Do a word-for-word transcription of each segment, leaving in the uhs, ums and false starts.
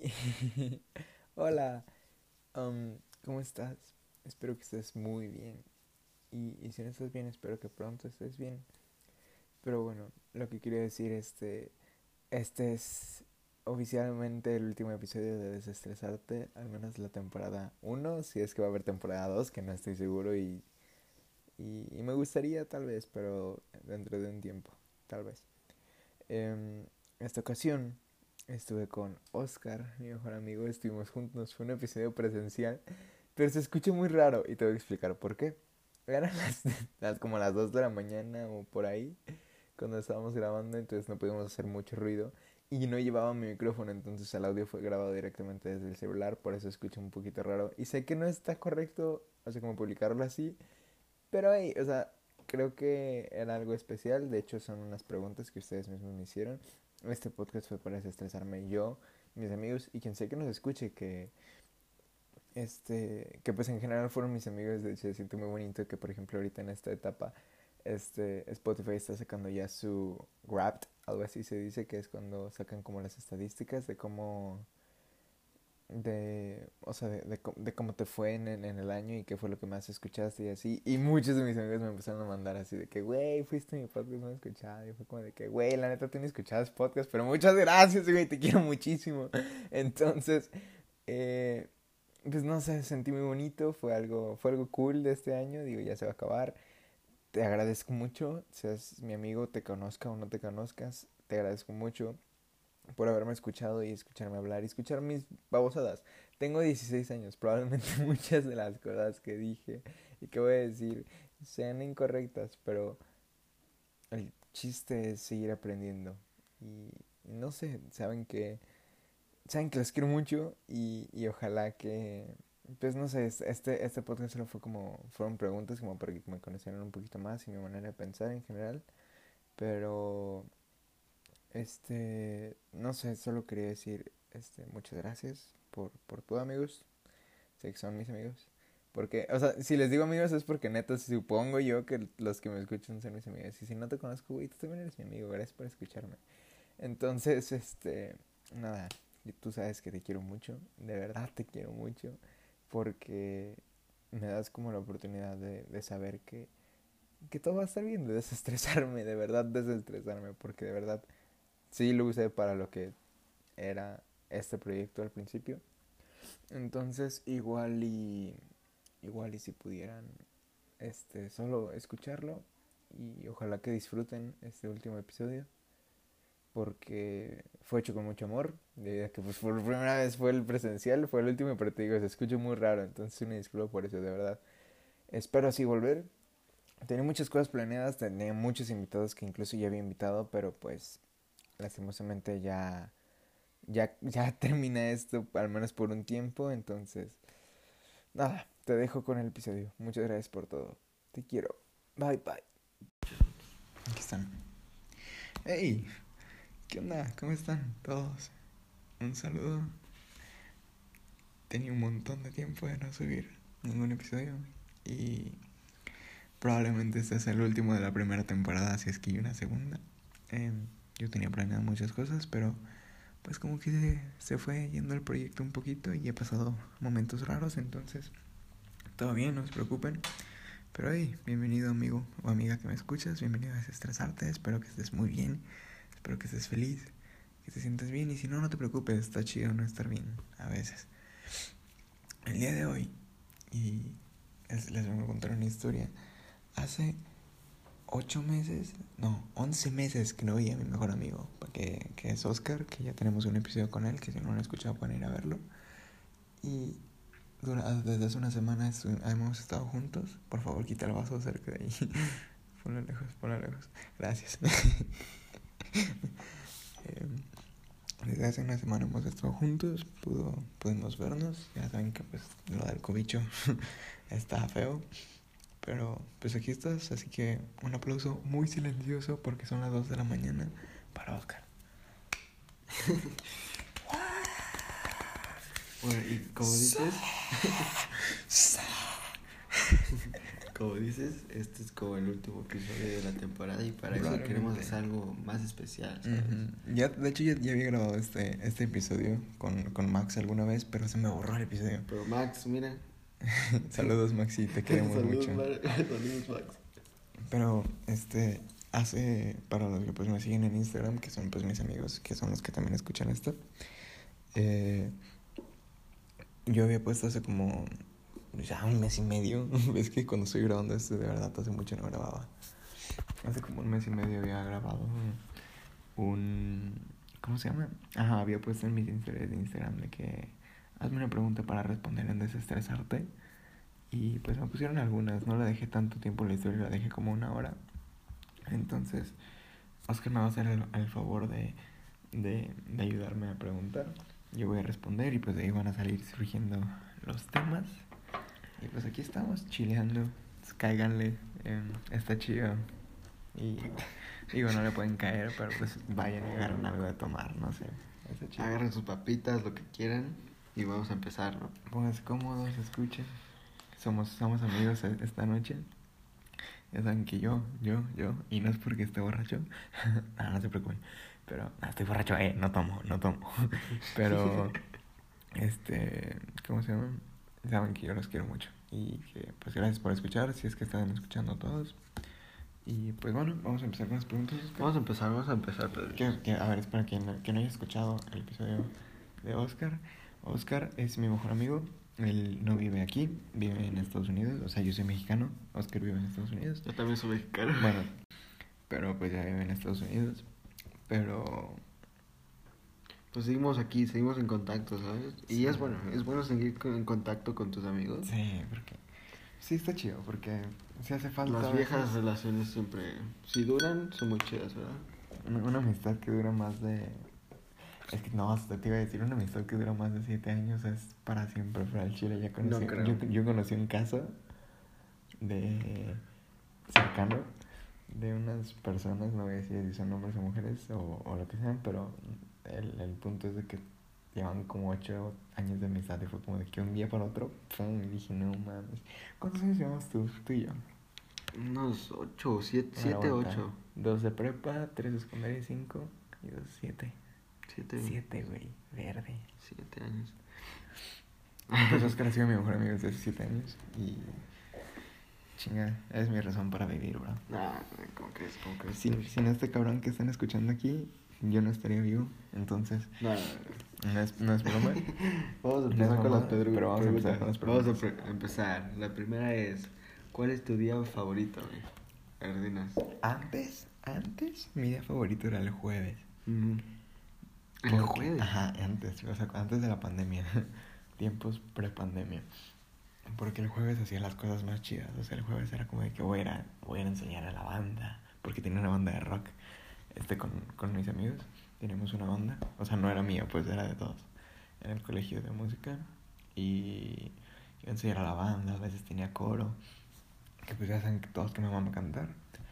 Hola, um, ¿cómo estás? Espero que estés muy bien. Y, y si no estás bien, espero que pronto estés bien. Pero bueno, lo que quería decir, este, este es oficialmente el último episodio de Desestresarte, al menos la temporada uno, si es que va a haber temporada dos, que no estoy seguro y, y, y me gustaría tal vez, pero dentro de un tiempo, tal vez. En esta ocasión estuve con Oscar, mi mejor amigo, estuvimos juntos, fue un episodio presencial, pero se escucha muy raro y te voy a explicar por qué. Eran las, las como las dos de la mañana o por ahí cuando estábamos grabando, entonces no pudimos hacer mucho ruido y no llevaba mi micrófono, entonces el audio fue grabado directamente desde el celular, por eso escucha un poquito raro y sé que no está correcto, o sea, como publicarlo así, pero hey, o sea, creo que era algo especial. De hecho, son unas preguntas que ustedes mismos me hicieron. Este podcast fue para desestresarme yo, mis amigos y quien sea que nos escuche, que este, que pues en general fueron mis amigos. De hecho, se siente muy bonito que, por ejemplo, ahorita en esta etapa, este, Spotify está sacando ya su Wrapped, algo así se dice, que es cuando sacan como las estadísticas de cómo de, o sea, de, de, de cómo te fue en, en, en el año y qué fue lo que más escuchaste y así. Y muchos de mis amigos me empezaron a mandar así de que, güey, fuiste mi podcast no escuchado. Y fue como de que, güey, la neta tú ni escuchabas podcast, pero muchas gracias, güey, te quiero muchísimo. Entonces, eh, pues no sé, sentí muy bonito, fue algo, fue algo cool de este año, digo, ya se va a acabar. Te agradezco mucho, seas mi amigo, te conozca o no te conozcas, te agradezco mucho por haberme escuchado y escucharme hablar y escuchar mis babosadas. Tengo dieciséis años, probablemente muchas de las cosas que dije y que voy a decir sean incorrectas, pero el chiste es seguir aprendiendo. Y, y no sé, saben que saben que los quiero mucho y, y ojalá que pues no sé, este, este podcast solo fue como, fueron preguntas como para que me conocieran un poquito más y mi manera de pensar en general, pero este, no sé, solo quería decir, este, muchas gracias por, por todo, amigos. Sé que son mis amigos. Porque, o sea, si les digo amigos es porque neta supongo yo que los que me escuchan son mis amigos. Y si no te conozco, güey, tú también eres mi amigo. Gracias por escucharme. Entonces, este, nada, tú sabes que te quiero mucho. De verdad te quiero mucho. Porque me das como la oportunidad de, de saber que, que todo va a estar bien, de desestresarme, de verdad desestresarme. Porque de verdad sí lo usé para lo que era este proyecto al principio. Entonces igual y igual y si pudieran este solo escucharlo y ojalá que disfruten este último episodio porque fue hecho con mucho amor, debido a que pues por primera vez fue el presencial, fue el último, pero te digo, se escucha muy raro, entonces una disculpa por eso, de verdad. Espero así volver. Tenía muchas cosas planeadas, tenía muchos invitados que incluso ya había invitado, pero pues lastimosamente ya ya, ya termina esto, al menos por un tiempo. Entonces, nada, te dejo con el episodio. Muchas gracias por todo. Te quiero. Bye, bye. Aquí están. Hey, ¿qué onda? ¿Cómo están todos? Un saludo. Tenía un montón de tiempo de no subir ningún episodio. Y probablemente este es el último de la primera temporada, si es que hay una segunda. Eh, yo tenía planeado muchas cosas, pero pues como que se, se fue yendo el proyecto un poquito y he pasado momentos raros, entonces todo bien, no se preocupen. Pero hey, bienvenido amigo o amiga que me escuchas, bienvenido a Desestresarte, espero que estés muy bien, espero que estés feliz, que te sientas bien y si no, no te preocupes, está chido no estar bien a veces. El día de hoy, y es, les voy a contar una historia, hace ocho meses, no, once meses que no veía a mi mejor amigo, que, que es Oscar, que ya tenemos un episodio con él, que si no lo han escuchado pueden ir a verlo. Y desde hace una semana hemos estado juntos. Por favor, quita el vaso cerca de ahí. Ponlo lejos, ponlo lejos. Gracias. eh, desde hace una semana hemos estado juntos. Pudo, pudimos vernos. Ya saben que pues lo del cobicho está feo. Pero pues aquí estás. Así que un aplauso muy silencioso porque son las dos de la mañana para Oscar. Bueno, y como dices... Como dices, este es como el último episodio de la temporada y para eso queremos hacer algo más especial, ¿sabes? Uh-huh. Ya, de hecho, ya, ya había grabado este, este episodio con, con Max alguna vez, pero se me borró el episodio. Pero Max, mira. Saludos, Maxi, te queremos Saludos, mucho. Ma- Saludos, Max. Pero, este, hace, para los que pues me siguen en Instagram, que son pues mis amigos, que son los que también escuchan esto, eh, yo había puesto hace como ya un mes y medio, es que cuando estoy grabando esto de verdad hace mucho no grababa. Hace como un mes y medio había grabado un... ¿Cómo se llama? Ajá, había puesto en mis historias de Instagram de que hazme una pregunta para responder en desestresarte. Y pues me pusieron algunas, no la dejé tanto tiempo la historia, la dejé como una hora. Entonces, Oscar me va a hacer el, el favor de, de, de ayudarme a preguntar. Yo voy a responder y pues de ahí van a salir surgiendo los temas. Y pues aquí estamos, chileando. Pues cáiganle, eh, está chido. Y digo, no le pueden caer, pero pues vayan y agarren algo de tomar, no sé. Está chido. Agarren sus papitas, lo que quieran, y vamos a empezar, ¿no? Pónganse cómodos, escuchen. Somos, somos amigos esta noche. Ya saben que yo, yo, yo, y no es porque esté borracho. No, no se preocupen. Pero, no, estoy borracho, eh, no tomo, no tomo. Pero, este, ¿cómo se llama? Saben que yo los quiero mucho. Y que, pues, gracias por escuchar, si es que están escuchando todos. Y, pues, bueno, vamos a empezar con las preguntas. Vamos a empezar, vamos a empezar, Pedro. Que, que, a ver, es para quien no, que no haya escuchado el episodio de Oscar. Oscar es mi mejor amigo. Él no vive aquí, vive en Estados Unidos. O sea, yo soy mexicano, Oscar vive en Estados Unidos. Yo también soy mexicano. Bueno, pero pues ya vive en Estados Unidos. Pero... Pues seguimos aquí, seguimos en contacto, ¿sabes? Y sí. es bueno, es bueno seguir en contacto con tus amigos. Sí, porque... Sí, está chido, porque si hace falta... Las viejas veces... relaciones siempre, si duran, son muy chidas, ¿verdad? Una, una amistad que dura más de... Es que no, te iba a decir, una amistad que dura más de siete años es para siempre, pero al chile ya conocí... No creo. Yo, yo conocí un caso de... cercano de unas personas, no voy a decir si son hombres o mujeres o, o lo que sean, pero el, el punto es de que llevan como ocho años de amistad y fue como de que un día para otro, pum, y dije, no mames. ¿Cuántos años llevamos tú, tú y yo? Unos ocho, siete, siete, ocho. Dos de prepa, tres de secundaria, cinco y dos, siete. Siete. Siete, güey, verde. Siete años. Pues Oscar ha sido mi mejor amigo desde hace siete años y... Chinga, es mi razón para vivir, bro. Nah, ¿cómo crees? ¿Cómo crees? Sin, sin este cabrón que están escuchando aquí, yo no estaría vivo, entonces... No, no, no. No es, no es broma. Vamos a empezar no con broma, las pedru- pero vamos a empezar con las preguntas. Vamos a pre- empezar. La primera es, ¿cuál es tu día favorito, güey? A ver, dinos. Antes, antes, mi día favorito era el jueves. Mm. ¿El Porque, jueves? Ajá, antes, o sea, antes de la pandemia. Tiempos pre-pandemia. Porque el jueves hacía las cosas más chidas. O sea, el jueves era como de que voy a ir a, voy a, ir a enseñar a la banda. Porque tenía una banda de rock. Este, con, con mis amigos. Teníamos una banda. O sea, no era mía, pues era de todos. En el colegio de música. Y iba a enseñar a la banda. A veces tenía coro. Que pues ya saben que todos que me van a cantar.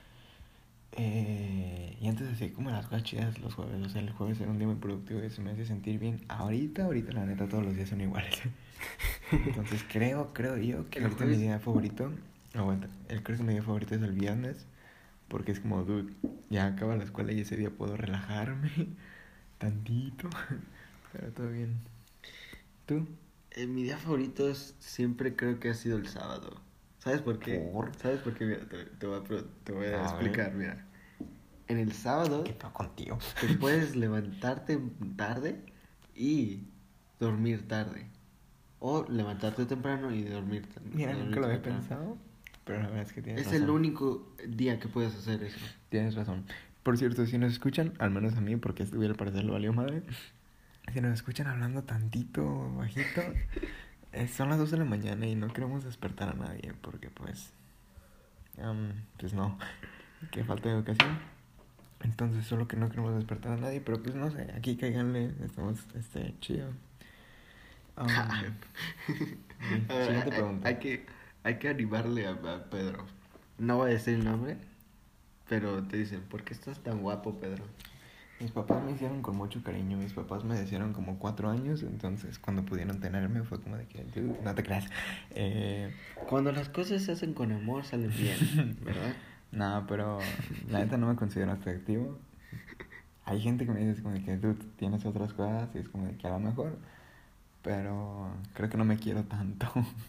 Eh, y antes hacía como las cosas chidas los jueves. O sea, el jueves era un día muy productivo y se me hacía sentir bien. Ahorita, ahorita la neta todos los días son iguales. Entonces creo, creo yo que ahorita mi día favorito... Aguanta, el creo que mi día favorito es el viernes. Porque es como, dude, ya acaba la escuela y ese día puedo relajarme tantito. Pero todo bien. ¿Tú? Eh, mi día favorito es, siempre creo que ha sido el sábado. ¿Sabes por qué? ¿Por? ¿Sabes por qué? Mira, te, te voy a, pro- te voy a, A explicar, ver. mira. En el sábado ¿Qué pedo contigo? te puedes levantarte tarde y dormir tarde. O levantarte temprano y dormir tarde. Mira, nunca lo había pensado. Pero la verdad es que tienes Es razón. el único día que puedes hacer eso. Tienes razón. Por cierto, si nos escuchan, al menos a mí, porque estuviera al parecer lo valió madre. Si nos escuchan hablando tantito bajito, eh, son las dos de la mañana y no queremos despertar a nadie, porque pues, um, pues no, que falta de educación. Entonces solo que no queremos despertar a nadie, pero pues no sé, aquí cáiganle, estamos, este, chido. Um, siguiente pregunta. Hay que, hay que animarle a, a Pedro. No voy a decir el nombre, pero te dicen, ¿por qué estás tan guapo, Pedro? mis papás me hicieron con mucho cariño. Mis papás me hicieron como cuatro años. Entonces, cuando pudieron tenerme, fue como de que, dude, no te creas. Eh, Cuando las cosas se hacen con amor, salen bien, ¿verdad? no, pero la neta no me considero atractivo. Hay gente que me dice como de que, dude, tienes otras cosas. Y es como de que a lo mejor. Pero creo que no me quiero tanto.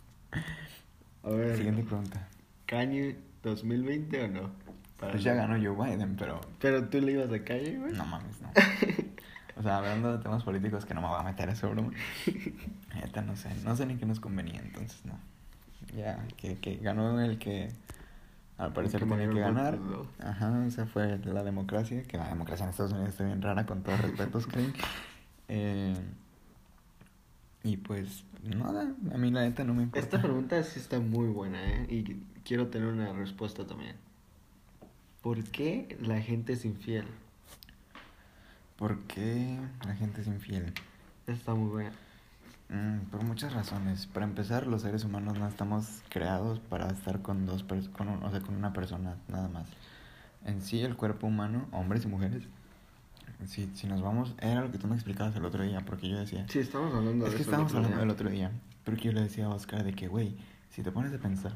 A ver, Siguiente pregunta. ¿Kanye dos mil veinte o no? Para Pues ya mí. ganó Joe Biden, pero Pero tú le ibas a Kanye, güey. no mames, no. O sea, hablando de temas políticos que no me voy a meter a eso, broma. Neta, no sé, no sé ni qué nos convenía, entonces no. Ya, que, que ganó el que al parecer que tenía que mayor ganar. votos, Ajá, o sea, fue la democracia, que la democracia en Estados Unidos está bien rara, con todos respetos, creen. Eh, y pues, nada, a mí la neta no me importa. Esta pregunta sí está muy buena, ¿eh? Y quiero tener una respuesta también. ¿Por qué la gente es infiel? ¿Por qué la gente es infiel? Esta está muy buena. Mm, por muchas razones. Para empezar, los seres humanos no estamos creados para estar con dos pers- con un- o sea, con una persona nada más. En sí, el cuerpo humano, hombres y mujeres, si, si nos vamos, era lo que tú me explicabas el otro día, porque yo decía, Sí, estamos hablando es de que eso. el estábamos otro hablando día. del otro día, porque yo le decía a Oscar de que, güey, si te pones a pensar,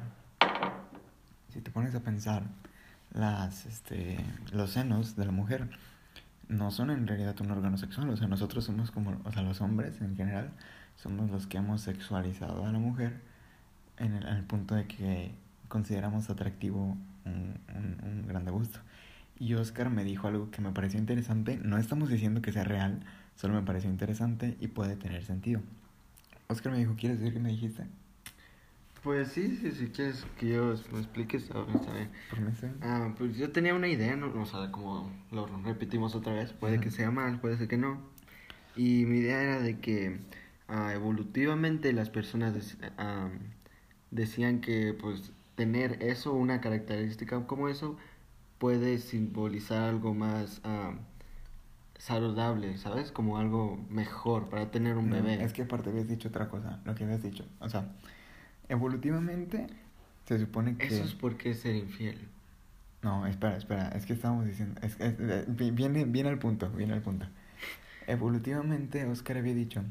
si te pones a pensar, las, este, los senos de la mujer no son en realidad un órgano sexual, o sea, nosotros somos como, o sea, los hombres en general, somos los que hemos sexualizado a la mujer en el, en el punto de que consideramos atractivo un, un, un grande gusto. Y Oscar me dijo algo que me pareció interesante, no estamos diciendo que sea real, solo me pareció interesante y puede tener sentido. Oscar me dijo, ¿quieres decir qué me dijiste? Pues sí, sí, si quieres que yo me expliques, ahora está bien. Por mí sí. Ah, pues yo tenía una idea, ¿no? O sea, como lo repetimos otra vez, puede Ujú. que sea mal, puede ser que no. Y mi idea era de que ah, evolutivamente las personas dec- ah, decían que pues tener eso, una característica como eso, puede simbolizar algo más ah, saludable, ¿sabes? Como algo mejor para tener un No, bebé. es que aparte habías dicho otra cosa, lo que habías dicho. O sea, evolutivamente se supone que... Eso es porque es ser infiel. No, espera, espera, es que estábamos diciendo... Es, es- eh, vi- viene, viene al punto, viene al punto. Evolutivamente, Oscar había dicho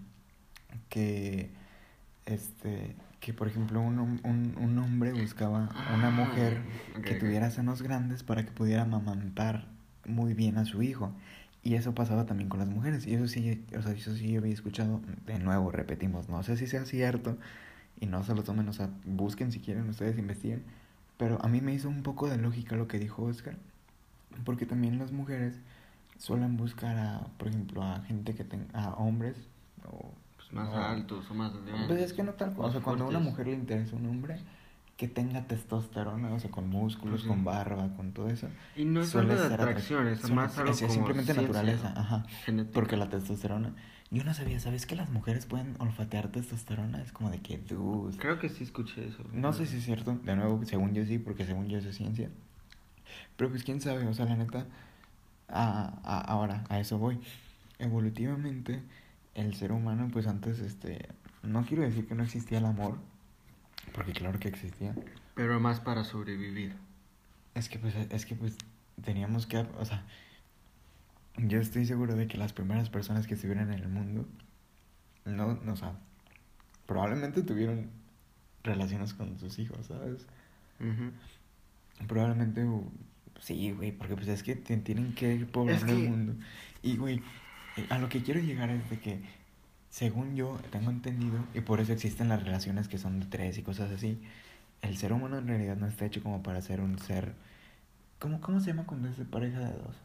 que, este, que por ejemplo un, hom- un, un hombre buscaba una Ah, mujer ok, que ok. tuviera senos grandes para que pudiera amamantar muy bien a su hijo. Y eso pasaba también con las mujeres. Y eso sí, o sea, eso sí yo había escuchado. De nuevo, repetimos, no sé si sea cierto y no se lo tomen, o sea, busquen si quieren, ustedes investiguen. Pero a mí me hizo un poco de lógica lo que dijo Oscar, porque también las mujeres suelen buscar a, por ejemplo, a gente que tenga, a hombres, o Pues más no, altos o más grandes. pues es que no tal, o más sea, cuando a una fuertes. mujer le interesa un hombre que tenga testosterona, o sea, con músculos, Pues sí. con barba, con todo eso, Y no es suele algo de ser atrac- atracción, es suele- más algo es, es como simplemente ciencia naturaleza, ajá, genética. porque la testosterona, yo no sabía, ¿sabes que las mujeres pueden olfatear testosterona? Es como de que, dude, Creo que sí escuché eso. no sé si es cierto, de nuevo, según yo sí, porque según yo eso es ciencia, pero pues quién sabe, o sea, la neta, a, a- ahora, a eso voy. Evolutivamente, el ser humano, pues antes, este, no quiero decir que no existía el amor, porque claro que existía. Pero más para sobrevivir. Es que pues, es que pues teníamos que, o sea, yo estoy seguro de que las primeras personas que estuvieron en el mundo, no, no, o sea, probablemente tuvieron relaciones con sus hijos, ¿sabes? Ujú. Probablemente, uh, sí, güey, porque pues es que te- tienen que ir Es poblando el que mundo. Y, güey, eh, a lo que quiero llegar es de que, según yo tengo entendido, y por eso existen las relaciones que son de tres y cosas así, el ser humano en realidad no está hecho como para ser un ser... ¿Cómo, cómo se llama cuando es de pareja de dos?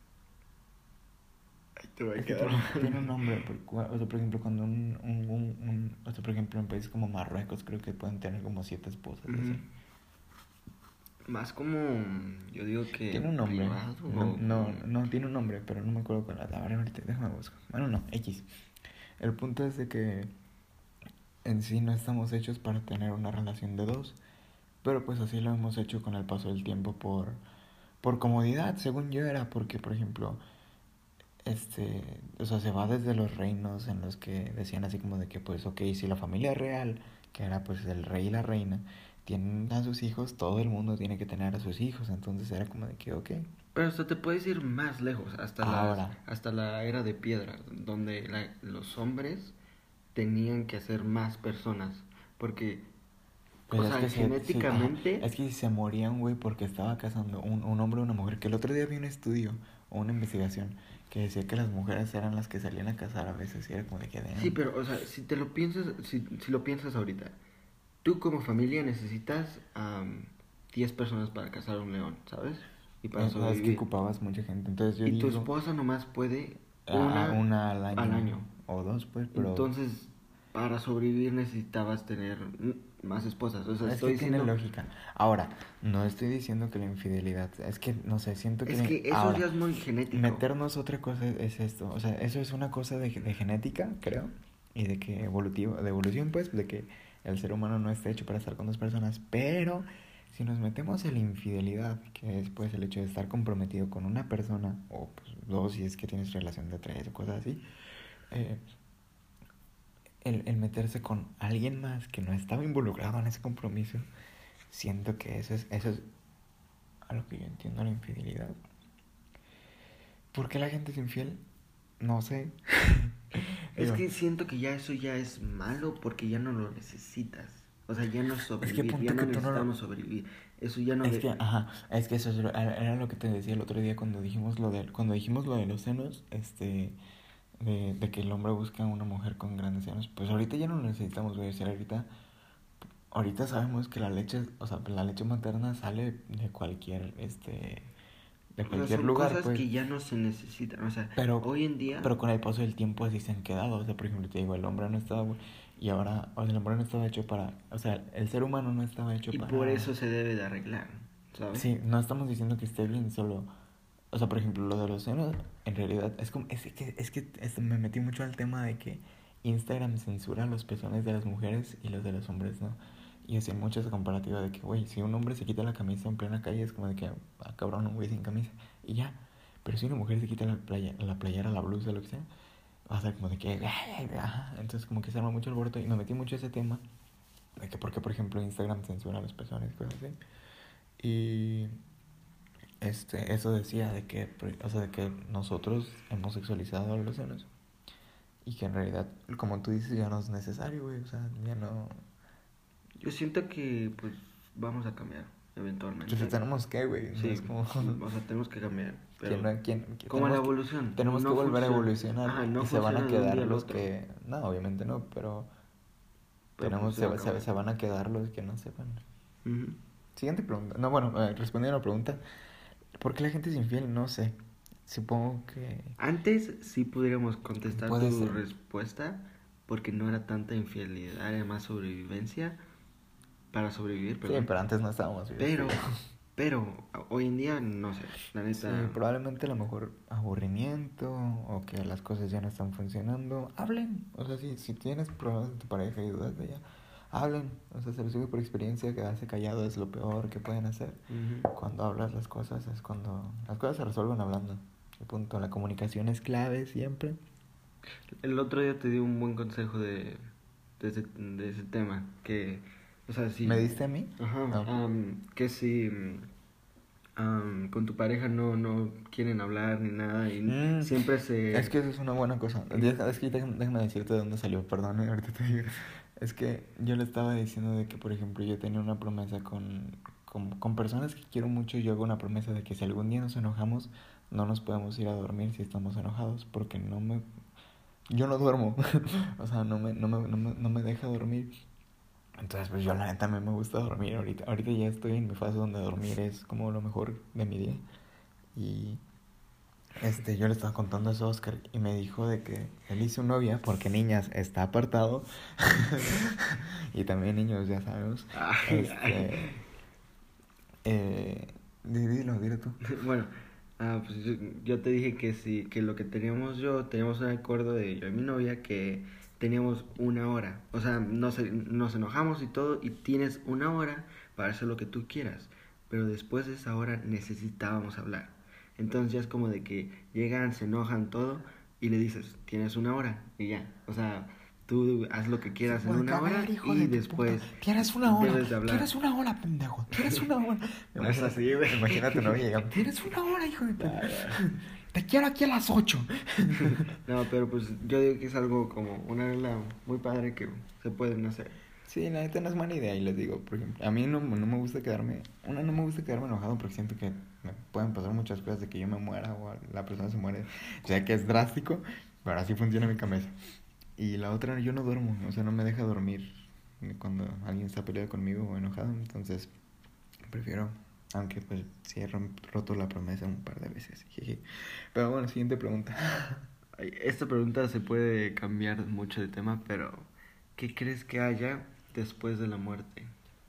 Ahí te voy a Es que quedar. tiene, tiene un nombre, por, cua- o sea, por ejemplo, cuando un, un, un, un- o sea, por ejemplo, en países como Marruecos creo que pueden tener como siete esposas y así. Ujú. Más como, yo digo que Tiene un nombre, privado no, o no, como- no, tiene un nombre, pero no me acuerdo cuál era. A ver, ahorita, déjame buscar. Bueno, no, X. El punto es de que en sí no estamos hechos para tener una relación de dos, pero pues así lo hemos hecho con el paso del tiempo por, por comodidad, según yo era, porque por ejemplo, este, o sea, se va desde los reinos en los que decían así como de que pues ok, si la familia real, que era pues el rey y la reina, tienen a sus hijos, todo el mundo tiene que tener a sus hijos. Entonces era como de que, ok. Pero hasta te puedes ir más lejos, hasta, las, Ahora, hasta la era de piedra, donde la- los hombres tenían que hacer más personas. Porque, o pues es sea, que se, se- ajá, genéticamente, es que si se moría un güey porque estaba casando un, un hombre o una mujer, que el otro día vi un estudio o una investigación que decía que las mujeres eran las que salían a cazar a veces y era como de que, sí, damn. pero, o sea, si te lo piensas, si, si lo piensas ahorita, tú como familia necesitas am, diez personas para cazar un león, ¿sabes? Y para Eh, es que sobrevivir. ocupabas mucha gente. Entonces yo Y tu digo, esposa nomás puede a, a una una al al año año. o dos, pues, pero Entonces, para sobrevivir necesitabas tener mm, más esposas. O sea, es estoy que tiene diciendo, lógica. Ahora, no estoy diciendo que la infidelidad, es que, no sé, siento que... es la- que eso ahora, ya es muy genético. meternos otra cosa es esto, o sea, eso es una cosa de, de genética, creo, y de que evolutivo, de evolución, pues, de que el ser humano no está hecho para estar con dos personas, pero si nos metemos en la infidelidad, que es pues el hecho de estar comprometido con una persona, o pues dos si es que tienes relación de tres o cosas así, eh, el, el meterse con alguien más que no estaba involucrado en ese compromiso, siento que eso es, eso es a lo que yo entiendo la infidelidad. ¿Por qué la gente es infiel? No sé. Es Digo, que siento que ya eso ya es malo porque ya no lo necesitas. O sea, ya no es es que sobrevivir, ya punto no que tú no lo... necesitamos sobrevivir. Eso ya no Es de... que, ajá, es que eso es lo- era lo que te decía el otro día cuando dijimos lo de, cuando dijimos lo de los senos, este, de, de que el hombre busca a una mujer con grandes senos. Pues ahorita ya no lo necesitamos, güey. O sea, ahorita, ahorita sabemos que la leche, o sea, la leche materna sale de cualquier, este, de O sea, cualquier son lugar, cosas pues. que ya no se necesitan. O sea, Pero, hoy en día... pero con el paso del tiempo así se han quedado. O sea, por ejemplo, te digo, el hombre no estaba, y ahora, o sea, el hombre no estaba hecho para, o sea, el ser humano no estaba hecho Y por para... eso se debe de arreglar, ¿sabes? Sí, no estamos diciendo que esté bien, solo... O sea, por ejemplo, lo de los senos, en realidad, es como, es que, es que esto me metí mucho al tema de que Instagram censura los pezones de las mujeres y los de los hombres, ¿no? Y hacía mucho esa comparativa de que, güey, si un hombre se quita la camisa en plena calle es como de que, ah, cabrón, un güey sin camisa, y ya. Pero si una mujer se quita la, playa, la playera, la blusa, lo que sea, va a ser como de que, ay, ajá. Entonces como que se arma mucho el alboroto y me metí mucho a ese tema de que, porque, por ejemplo, Instagram censura los pezones y cosas así. Y este, eso decía de que, o sea, de que nosotros hemos sexualizado los senos y que en realidad, como tú dices, ya no es necesario, güey, o sea, ya no... Yo siento que, pues, vamos a cambiar Entonces eventualmente. tenemos que, güey, no Sí, es como... o sea, tenemos que cambiar. Pero, ¿Quién, no- quién, quién- como la tenemos que, evolución, tenemos que no volver a funciona. evolucionar Ajá, no y se van a funciona de un quedar día al los otro. que... No, obviamente no, pero Pero tenemos, pues se va a se, se, acabar. se van a quedar los que no sepan. Ujú. Siguiente pregunta. No, bueno, eh, respondiendo a la pregunta, ¿por qué la gente es infiel? No sé. Supongo que Antes sí pudiéramos contestar puede tu ser. respuesta porque no era tanta infidelidad, era más sobrevivencia. Para sobrevivir, Sí, perdón. pero antes no estábamos vivos. Pero, pero, hoy en día, no sé, la Sí, neta. probablemente a lo mejor aburrimiento o que las cosas ya no están funcionando. Hablen. O sea, si, si tienes problemas de tu pareja y dudas de ella, hablen. O sea, se les sube por experiencia, quedarse callado es lo peor que pueden hacer. Ujú. Cuando hablas las cosas es cuando las cosas se resuelven hablando. Y punto. La comunicación es clave siempre. El otro día te di un buen consejo de, de, ese, de ese tema. Que, o sea, si. ¿Me diste a mí? Ajá, No. am, que si am, con tu pareja no, no quieren hablar ni nada y Mm, siempre se. es que eso es una buena cosa. Deja- Es que déjame, déjame decirte de dónde salió, perdón, eh, ahorita te digo. Es que yo le estaba diciendo de que, por ejemplo, yo tenía una promesa con, con, con personas que quiero mucho. Yo hago una promesa de que si algún día nos enojamos, no nos podemos ir a dormir si estamos enojados, porque no me... Yo no duermo, o sea, no me, no, me, no, me, no me deja dormir. Entonces, pues yo la neta a mí me gusta dormir ahorita. Ahorita ya estoy en mi fase donde dormir es como lo mejor de mi día. Y este, yo le estaba contando eso a Oscar y me dijo de que él hizo novia porque niñas está apartado y también niños, ya sabemos. Ay, ay. Este, eh, di- dilo, dilo tú. Bueno, ah, pues yo, yo te dije que sí, que lo que teníamos yo, teníamos un acuerdo de yo y mi novia que teníamos una hora. O sea, nos, nos enojamos y todo, y tienes una hora para hacer lo que tú quieras. Pero después de esa hora necesitábamos hablar. Entonces ya es como de que llegan, se enojan todo, y le dices, tienes una hora, y ya. O sea, tú haz lo que quieras en Porque, una a ver, hora hijo y de tu después puta, tienes una hora, debes de hablar. tienes una hora, pendejo, tienes una hora. No es así, güey. Imagínate, no llegamos. Tienes una hora, hijo de tu. Te quiero aquí a las ocho. No, pero pues yo digo que es algo como una regla muy padre que se pueden hacer. Sí, la neta no es mala idea. Y les digo, por ejemplo, a mí no, no me gusta quedarme. Una, no me gusta quedarme enojado porque siento que me pueden pasar muchas cosas de que yo me muera o la persona se muere. O sea que es drástico, pero así funciona mi cabeza. Y la otra, yo no duermo, o sea, no me deja dormir cuando alguien está peleado conmigo o enojado. Entonces, prefiero, aunque pues sí he roto la promesa un par de veces. Jeje. Pero bueno, siguiente pregunta. Ay, esta pregunta se puede cambiar mucho de tema, pero ¿qué crees que haya después de la muerte?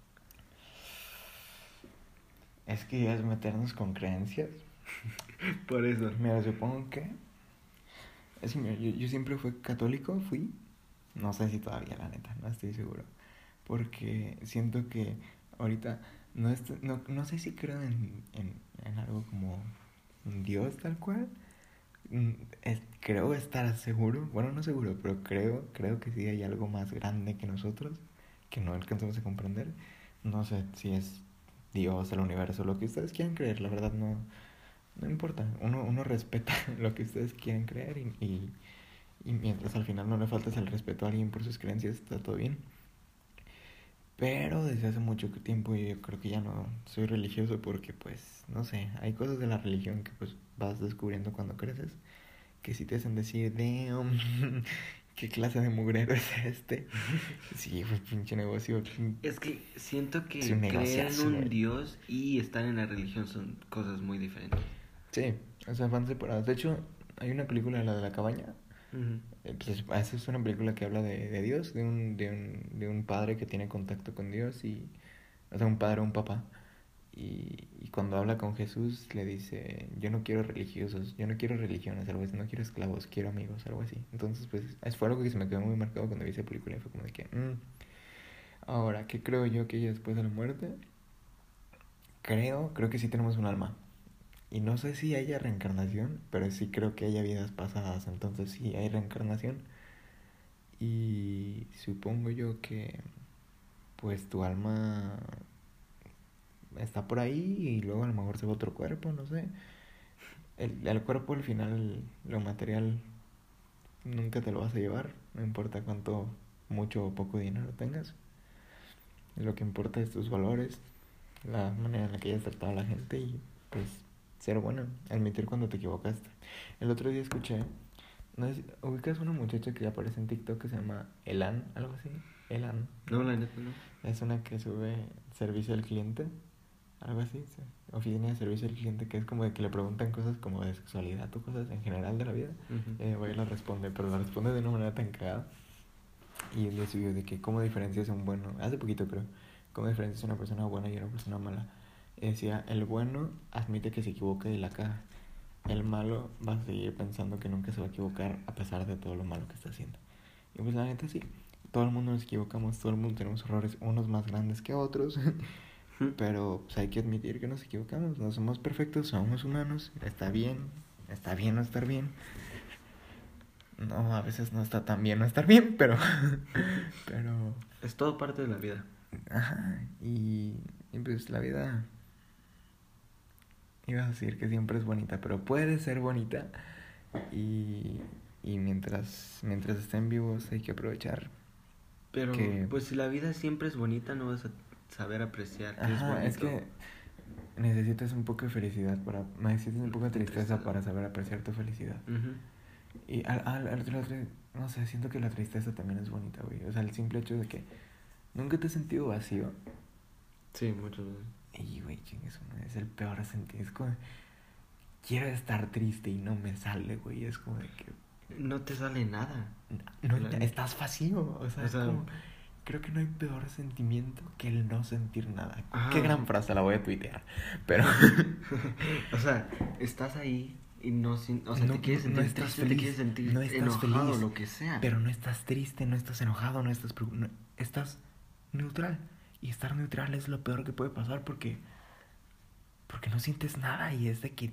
Es que ya es meternos con creencias. Por eso. Mira, supongo que... Es que, mira, yo, yo siempre fui católico, fui. No sé si todavía, la neta, no estoy seguro. Porque siento que ahorita... No, est no, no sé si creo en, en, en algo como un Dios tal cual. Es, creo estar seguro, bueno, no seguro, pero creo, creo que sí hay algo más grande que nosotros, que no alcanzamos a comprender. No sé si es Dios, el universo, lo que ustedes quieran creer, la verdad no, no importa. Uno, uno respeta lo que ustedes quieren creer y, y, y mientras al final no le faltes el respeto a alguien por sus creencias, está todo bien. Pero desde hace mucho tiempo yo creo que ya no soy religioso porque pues, no sé, hay cosas de la religión que pues vas descubriendo cuando creces que si te hacen decir, damn, ¿qué clase de mugrero es este? Sí, pues pinche negocio. Es que siento que Es un creer en un güey. Dios y estar en la religión son cosas muy diferentes. Sí, o sea, van separados. De hecho, hay una película, la de la cabaña. Uh-huh. Eh, pues esa es una película que habla de, de Dios, de un, de, un, de un padre que tiene contacto con Dios y... O sea, un padre o un papá. Y, y cuando habla con Jesús le dice, yo no quiero religiosos, yo no quiero religiones, algo así, no quiero esclavos, quiero amigos, algo así. Entonces, pues, es fue algo que se me quedó muy marcado cuando vi esa película y fue como de que, mmm, ahora, ¿qué creo yo que hay después de la muerte? Creo, creo que sí tenemos un alma. Y no sé si haya reencarnación, pero sí creo que haya vidas pasadas, entonces sí hay reencarnación. Y supongo yo que, pues, tu alma está por ahí y luego a lo mejor se va a otro cuerpo, no sé. El, el cuerpo al final, lo material, nunca te lo vas a llevar, no importa cuánto, mucho o poco dinero tengas. Lo que importa es tus valores, la manera en la que hayas tratado a la gente y pues ser bueno, admitir cuando te equivocaste. El otro día escuché, no sé, ubicas una muchacha que aparece en TikTok que se llama Elan, algo así, Elan. No, la neta no. Es una que sube servicio al cliente. Algo así, sí. Oficina de servicio al cliente, que es como de que le preguntan cosas como de sexualidad o cosas en general de la vida. Uh-huh. Y ella lo responde, pero lo responde de una manera tan cagada. Y él le subió de que cómo diferencias a un bueno, hace poquito creo, cómo diferencias a una persona buena y a una persona mala. Y decía, el bueno admite que se equivoca y la caga. El malo va a seguir pensando que nunca se va a equivocar a pesar de todo lo malo que está haciendo. Y pues la neta sí, todo el mundo nos equivocamos, todo el mundo tenemos errores, unos más grandes que otros. Pero pues, hay que admitir que nos equivocamos, no somos perfectos, somos humanos, está bien, está bien no estar bien. No, a veces no está tan bien no estar bien, pero... pero... Es todo parte de la vida. Ajá, y, y pues la vida... Iba a decir que siempre es bonita, pero puede ser bonita. Y, y mientras, mientras estén vivos hay que aprovechar. Pero que... pues si la vida siempre es bonita, no vas a saber apreciar que Ajá, es bonito. es que necesitas un poco de felicidad para... Necesitas un poco de tristeza para saber apreciar tu felicidad. Uh-huh. Y al, al, al, al, no sé, siento que la tristeza también es bonita, güey. O sea, el simple hecho de que nunca te has sentido vacío. Sí, muchas veces. Y, güey, chingues, es el peor sentido. Es como, quiero estar triste y no me sale, güey. Es como de que... No te sale nada. No, la... estás vacío. O sea, o sea, es como... Creo que no hay peor sentimiento que el no sentir nada. Ajá. Qué gran frase, la voy a tuitear. Pero... o sea, estás ahí y no... O sea, no, te quieres sentir no estás triste, feliz, te quieres sentir no estás enojado, feliz, lo que sea. Pero no estás triste, no estás enojado, no estás... No, estás neutral. Y estar neutral es lo peor que puede pasar porque... Porque no sientes nada y es de que...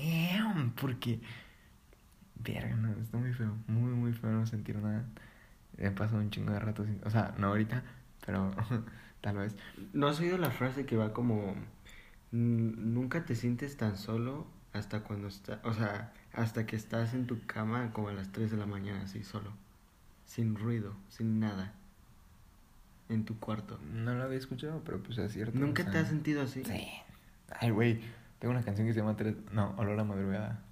Damn, porque... Verga, no, está muy feo. Muy, muy feo no sentir nada. he pasado un chingo de rato sin... O sea, no ahorita, pero tal vez. ¿No has oído la frase que va como... Nunca te sientes tan solo hasta cuando estás... O sea, hasta que estás en tu cama como a las tres de la mañana, así solo. Sin ruido, sin nada. En tu cuarto. No lo había escuchado, pero pues es cierto. ¿Nunca o sea... te has sentido así? Sí. Ay, güey, tengo una canción que se llama tres... No, Olor a Madrugada.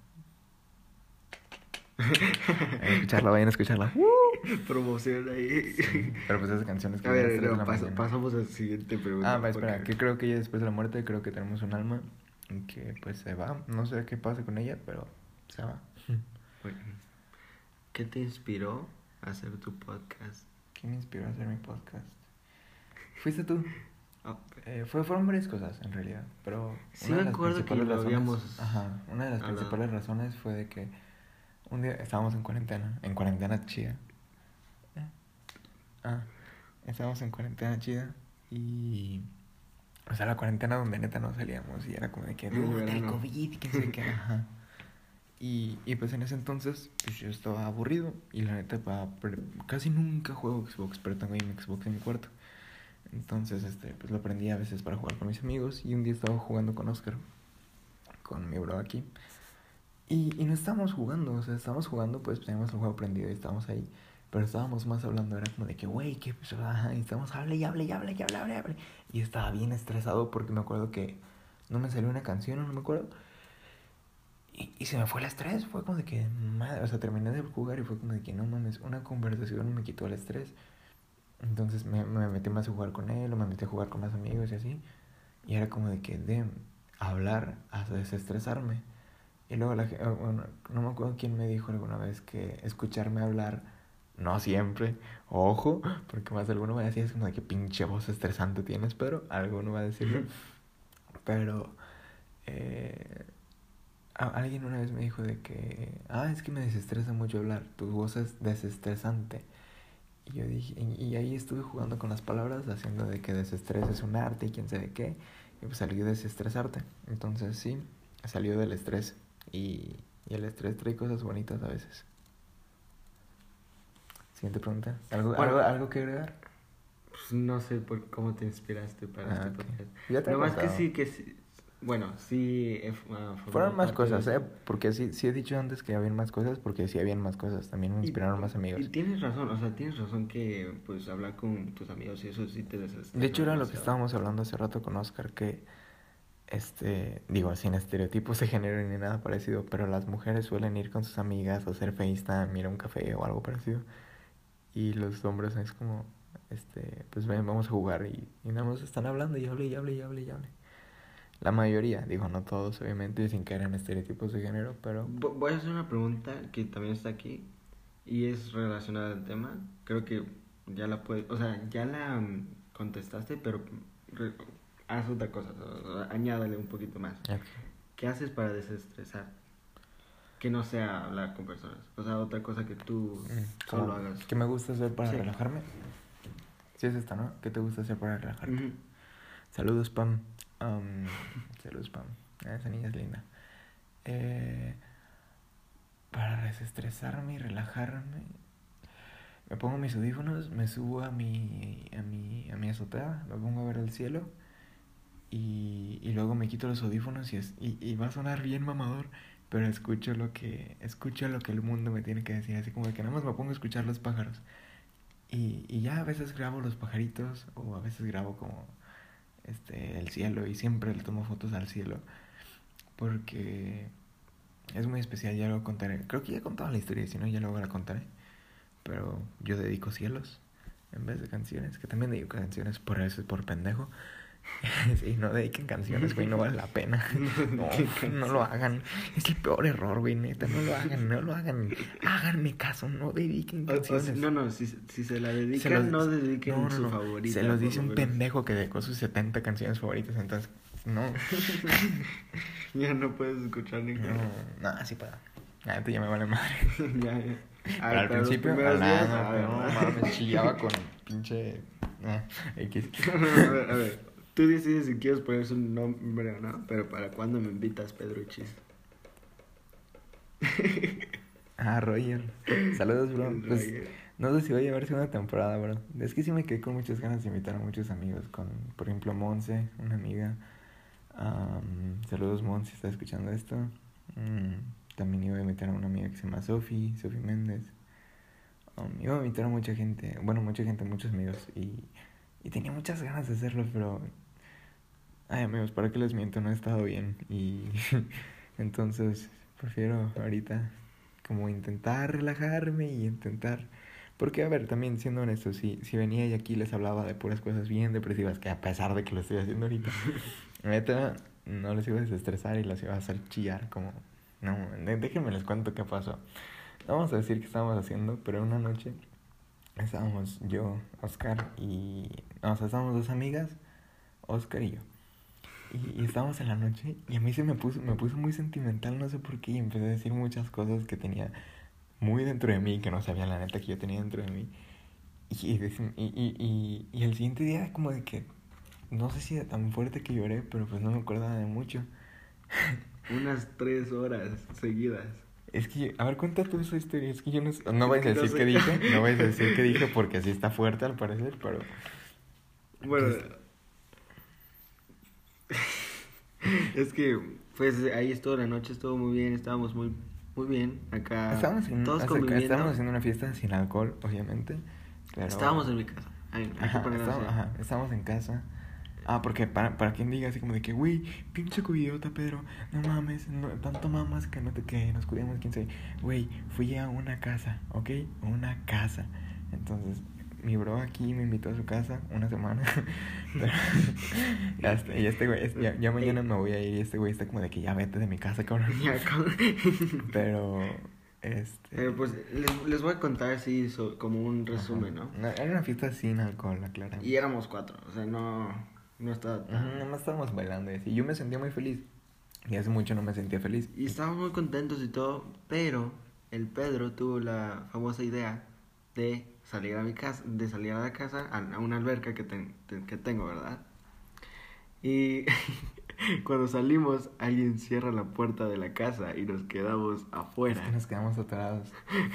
Vayan a escucharla, vayan a escucharla. Promoción ahí. Sí, pero pues esa canción es que A a las ver, tres de no, la pas- mañana. pasamos a la siguiente pregunta. Ah, va, espera, porque- que creo que ya después de la muerte creo que tenemos un alma que pues se va. No sé qué pasa con ella, pero se va. Bueno, ¿qué te inspiró a hacer tu podcast? ¿Qué me inspiró a hacer mi podcast? ¿Fuiste tú? Oh, Eh, fue, fueron varias cosas en realidad, pero Sí una me de las acuerdo que principales lo razones, habíamos ajá, una de las hablado. principales razones fue de que un día estábamos en cuarentena, en cuarentena chida. ¿Eh? Ah, estábamos en cuarentena chida y o sea, la cuarentena donde neta no salíamos y era como de que En el "Uh, el verano". COVID, que no sé qué, ajá. Y, y pues en ese entonces pues yo estaba aburrido y la neta pa- pre- casi nunca juego Xbox, pero tengo ahí mi Xbox en mi cuarto. Entonces este pues lo prendí a veces para jugar con mis amigos y un día estaba jugando con Oscar, con mi bro aquí. Y, y no estábamos jugando, o sea, estábamos jugando, pues teníamos el juego prendido y estábamos ahí. Pero estábamos más hablando, era como de que, güey, que pues, ajá, y estábamos, hable y hable y hable y hable, hable, hable. Y estaba bien estresado porque me acuerdo que no me salió una canción, o no me acuerdo. Y, y se me fue el estrés, fue como de que, madre, o sea, terminé de jugar y fue como de que, no mames, una conversación me quitó el estrés. Entonces me, me metí más a jugar con él, o me metí a jugar con más amigos y así. Y era como de que, de hablar a desestresarme. Y luego, la, ge- bueno, no me acuerdo quién me dijo alguna vez que escucharme hablar, no siempre, ojo, porque más de alguno va a decir, es como de que pinche voz estresante tienes, pero alguno va a decirlo. Pero eh, a- alguien una vez me dijo de que, ah, es que me desestresa mucho hablar, tu voz es desestresante. Y yo dije, y, y ahí estuve jugando con las palabras, haciendo de que desestrés es un arte y quién sabe qué, y pues salió desestresarte. Entonces sí, salió del estrés. Y, y el estrés trae cosas bonitas a veces. Siguiente pregunta. ¿Algo, Bueno, algo, algo que agregar? Pues no sé por cómo te inspiraste para Ah, este ok. podcast. Ya te he Lo más que contado. sí, que sí. Bueno, sí. he f- ah, formado Fueron más parte de cosas, ¿eh? eso. Porque sí, sí he dicho antes que habían más cosas, porque sí habían más cosas. También me Y- inspiraron más amigos. Y tienes razón, o sea, tienes razón que pues hablar con tus amigos y eso sí te desestresa. De hecho, era lo que demasiado. estábamos hablando hace rato con Oscar, que, este, digo, sin estereotipos de género ni nada parecido, pero las mujeres suelen ir con sus amigas a hacer FaceTime, ir a un café o algo parecido. Y los hombres es como, este, pues ven, vamos a jugar y, y nada más están hablando y hable y hable y hable y hable. La mayoría, digo, no todos, obviamente, sin caer en estereotipos de género, pero... Vo- Voy a hacer una pregunta que también está aquí y es relacionada al tema. Creo que ya la puedes, o sea, ya la mm, contestaste, pero re- haz otra cosa, o sea, añádale un poquito más. Ok. ¿Qué haces para desestresar? Que no sea hablar con personas, o sea, otra cosa que tú Mm, solo como, hagas. ¿qué me gusta hacer para Sí. relajarme? Sí es esta, ¿no? ¿Qué te gusta hacer para relajarte? Ujú. Saludos, Pam. Um, saludos, Pam. Ah, esa niña es linda. Eh, para desestresarme y relajarme, me pongo mis audífonos, me subo a mi, a mi, a mi azotea, me pongo a ver el cielo y, y luego me quito los audífonos y, es, y, y va a sonar bien mamador, pero escucho lo que escucho lo que el mundo me tiene que decir, así como de que nada más me pongo a escuchar los pájaros. Y, y ya a veces grabo los pajaritos o a veces grabo como este el cielo y siempre le tomo fotos al cielo porque es muy especial, ya lo contaré. Creo que ya he contado la historia, si no ya luego la contaré. Pero yo dedico cielos en vez de canciones, que también dedico canciones, por eso es por pendejo. Sí, no dediquen canciones, güey, no vale la pena. No, no lo hagan. Es el peor error, güey, neta, no lo hagan, no lo hagan. Háganme caso, no dediquen O- o canciones. si- no, no, si, si se la dedican, Se los- no dediquen no, no, su no. favorita. Se los por dice lo un menos. pendejo que dedicó sus setenta canciones favoritas, entonces, no. Ya no puedes escuchar ninguna. No, no, sí puedo. La neta ya me vale madre. ya, ya. Pero Ay, al para los principio, primeros al días, nada, ah, pero no ¿verdad? mames, chillaba con pinche. eh, X. a ver, a ver, tú decides si quieres ponerse un nombre o no, pero ¿para cuándo me invitas, Pedro y Chis? Ah, Roger. Saludos, bro. El Pues Roger. no sé si va a llevar segunda temporada, bro. Es que sí me quedé con muchas ganas de invitar a muchos amigos. Con, por ejemplo, Monse, una amiga. Am, saludos, Monse, si está escuchando esto. Mm, también iba a invitar a una amiga que se llama Sofi, Sofi Méndez. Um, iba a invitar a mucha gente, bueno, mucha gente, muchos amigos. Y, y tenía muchas ganas de hacerlo, pero... Ay, amigos, ¿para qué les miento? No he estado bien. Y entonces prefiero ahorita como intentar relajarme y intentar... Porque, a ver, también siendo honesto, si, si venía y aquí les hablaba de puras cosas bien depresivas, que a pesar de que lo estoy haciendo ahorita, neta, no les iba a desestresar y las iba a hacer chillar como... No, de- déjenme les cuento qué pasó. No vamos a decir qué estábamos haciendo, pero una noche estábamos yo, Oscar y... O sea, estábamos dos amigas, Oscar y yo. Y, y estábamos en la noche y a mí se me puso, me puso muy sentimental, no sé por qué, y empecé a decir muchas cosas que tenía muy dentro de mí, que no sabía la neta que yo tenía dentro de mí. Y, y, y, y, y, y el siguiente día como de que, no sé si era tan fuerte que lloré, pero pues no me acordaba de mucho. Unas tres horas seguidas. Es que, a ver, cuenta tú esa historia, es que yo no sé, no Es vais a que no decir sé. qué dije, no vais a decir qué dije porque así está fuerte al parecer, pero... Bueno, Es- es que, pues ahí estuvo la noche, estuvo muy bien, estábamos muy, muy bien acá, Estábamos, en, todos o sea, conviviendo. estábamos haciendo una fiesta sin alcohol, obviamente, pero... Estábamos en mi casa. Hay, hay que Ajá, ponerlo así. estábamos, ajá, estábamos en casa. Ah, porque para, para quien diga así como de que, güey, pinche covidiota, Pedro, no mames, no, tanto mamas que no te que nos cuidemos, quién sabe. Güey, fui a una casa, ¿ok? Una casa. Entonces, mi bro aquí me invitó a su casa una semana. Pero, ya está, y este güey, es- ya, ya mañana me voy a ir y este güey está como de que ya vete de mi casa, cabrón. Ya, con- Pero, este... Eh, pues les, les voy a contar así so- como un resumen, ajá. ¿no? No, era una fiesta sin alcohol, aclaramos. Y éramos cuatro, o sea, no, no estaba Ujú, tan... nada más estábamos bailando y así. Yo me sentía muy feliz. Y hace mucho no me sentía feliz. Y estábamos muy contentos y todo, pero el Pedro tuvo la famosa idea de salir a mi casa, de salir a la casa, a, a una alberca que, ten- ten- que tengo, ¿verdad? Y cuando salimos, alguien cierra la puerta de la casa y nos quedamos Es afuera. que nos quedamos atorados.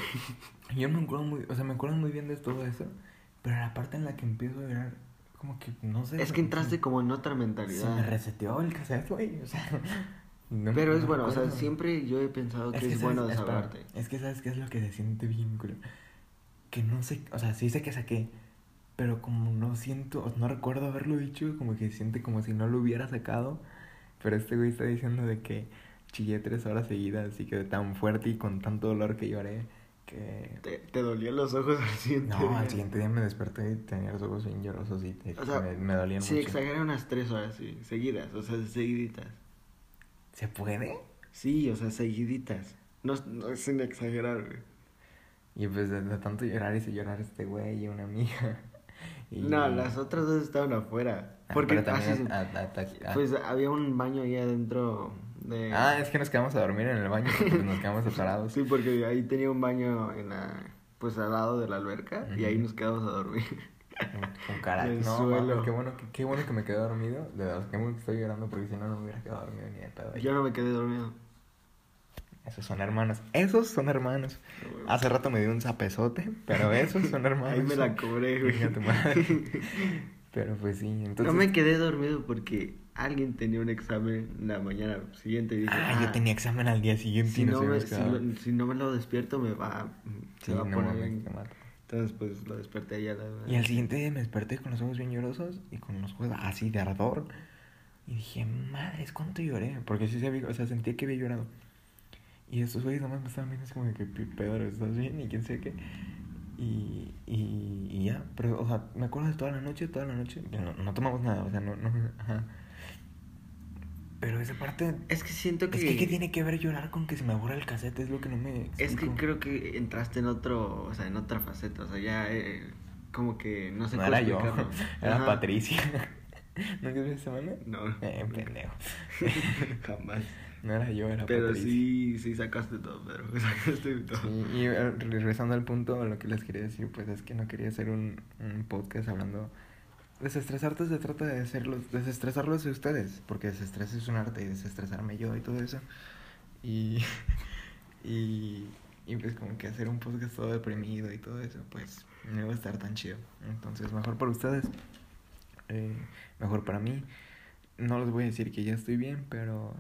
Yo no me acuerdo muy, o sea, me acuerdo muy bien de todo eso. Pero la parte en la que empiezo a llorar, como que no sé. Es que entraste se, como en otra se me mentalidad. reseteó el cassette, güey. O sea, no, Pero es no bueno, o sea, recuerdo. siempre yo he pensado que es, ¿sabes? bueno Espera, desahogarte. es que sabes qué es lo que se siente bien, culo. Que no sé, o sea, sí sé que saqué. Pero como no siento, no recuerdo haberlo dicho, como que se siente como si no lo hubiera sacado. Pero este güey está diciendo de que chillé tres horas seguidas y quedé tan fuerte y con tanto dolor que lloré que... Te, te dolían los ojos al siguiente No, día. al siguiente día me desperté y tenía los ojos bien llorosos y te- O sea, me, me dolían sí, mucho. exageré unas tres horas, sí, seguidas, o sea, seguiditas. ¿Se puede? Sí, o sea, seguiditas. No, no es sin exagerar, güey. Y pues de, de tanto llorar hice llorar a este güey y una amiga. Y... No, las otras dos estaban afuera. Ah, Porque pero también así, a- a- a- a- pues había un baño ahí adentro de... Ah, es que nos quedamos a dormir en el baño porque pues, nos quedamos atorados. Sí, porque ahí tenía un baño en la, pues al lado de la alberca y ahí Ujú. nos quedamos a dormir. Con cara. El No, suelo. mames, qué bueno, que, qué bueno que me quedé dormido. De verdad, qué bueno que estoy llorando porque si no, no me hubiera quedado dormido ni de pedo. ahí. Yo no me quedé dormido. Esos son hermanos. Esos son hermanos. Hace rato me dio un zapezote, pero esos son hermanos. Ahí me la cobré, güey. Hija de tu madre. Pero pues sí, entonces... No me quedé dormido porque alguien tenía un examen la mañana siguiente y dije, Ah, yo tenía examen al día siguiente si y no, nos me, habíamos si, quedado. lo- si no me lo despierto me va, Sí, se va a no poner mames, bien. qué mal. Entonces pues lo desperté ya la Y al siguiente día me desperté con los ojos bien llorosos y con los ojos así de ardor. Y dije, madres, ¿cuánto lloré? Porque sí sabía, o sea, sentía que había llorado. Y estos güeyes nomás me estaban viendo así como de que, Pedro, ¿estás bien? Y quién sé qué. Y, y, y ya, pero, o sea, me acuerdo de toda la noche, toda la noche. No, no tomamos nada, o sea, no, no, ajá. Pero esa parte... Es que siento que... Es que, ¿qué tiene que ver llorar con que se me borra el cassette? Es lo que no me Es que explico. creo que entraste en otro, o sea, en otra faceta, o sea, ya eh, como que no sé No cómo era yo, explicarlo. era Ajá. Patricia. ¿No viste esa semana? No. Eh, pendejo. Jamás. No era yo, era Pero Patricia. sí, sí sacaste todo, Pedro. Sacaste todo. Sí, y eh, regresando al punto, lo que les quería decir, pues es que no quería hacer un, un podcast hablando... Desestresarte se trata de hacerlos, desestresarlos de ustedes, porque desestrés es un arte y desestresarme yo y todo eso. Y... y Y pues como que hacer un podcast todo deprimido y todo eso, pues no iba a estar tan chido. Entonces, mejor para ustedes, eh, mejor para mí. No les voy a decir que ya estoy bien, pero...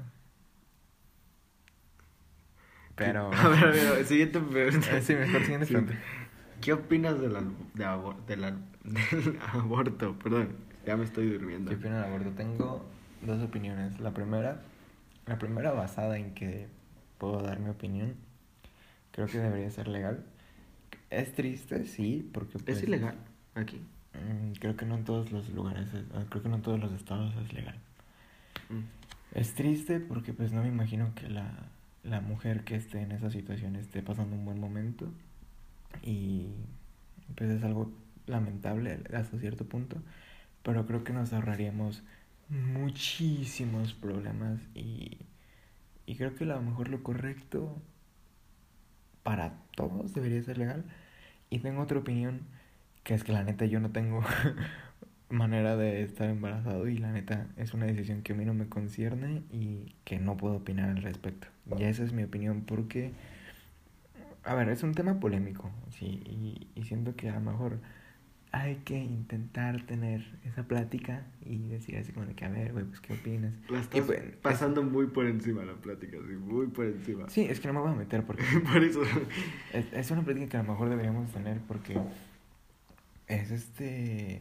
Pero... A ver, a ver, siguiente pregunta. sí, mejor siguiente Sí. pregunta. ¿Qué opinas del, al- de abor- del, al- del aborto? Perdón, ya me estoy durmiendo. ¿Qué opino del aborto? Tengo dos opiniones. La primera, la primera basada en que puedo dar mi opinión, creo que debería ser legal. Es triste, sí, porque pues... ¿Es ilegal aquí? mm, creo que no en todos los lugares, es- ah, creo que no en todos los estados es legal. Mm. Es triste porque pues no me imagino que la, la mujer que esté en esa situación esté pasando un buen momento y pues es algo lamentable hasta cierto punto, pero creo que nos ahorraríamos muchísimos problemas y, y creo que a lo mejor lo correcto para todos debería ser legal. Y tengo otra opinión, que es que la neta yo no tengo manera de estar embarazado y la neta es una decisión que a mí no me concierne y que no puedo opinar al respecto. Y esa es mi opinión porque, a ver, es un tema polémico, sí, y, y siento que a lo mejor hay que intentar tener esa plática y decir así como de que, a ver, güey, pues, ¿qué opinas? La Y estás pues, es- pasando muy por encima la plática, sí, muy por encima. sí, es que no me voy a meter porque Por eso. es, es una plática que a lo mejor deberíamos tener porque es este...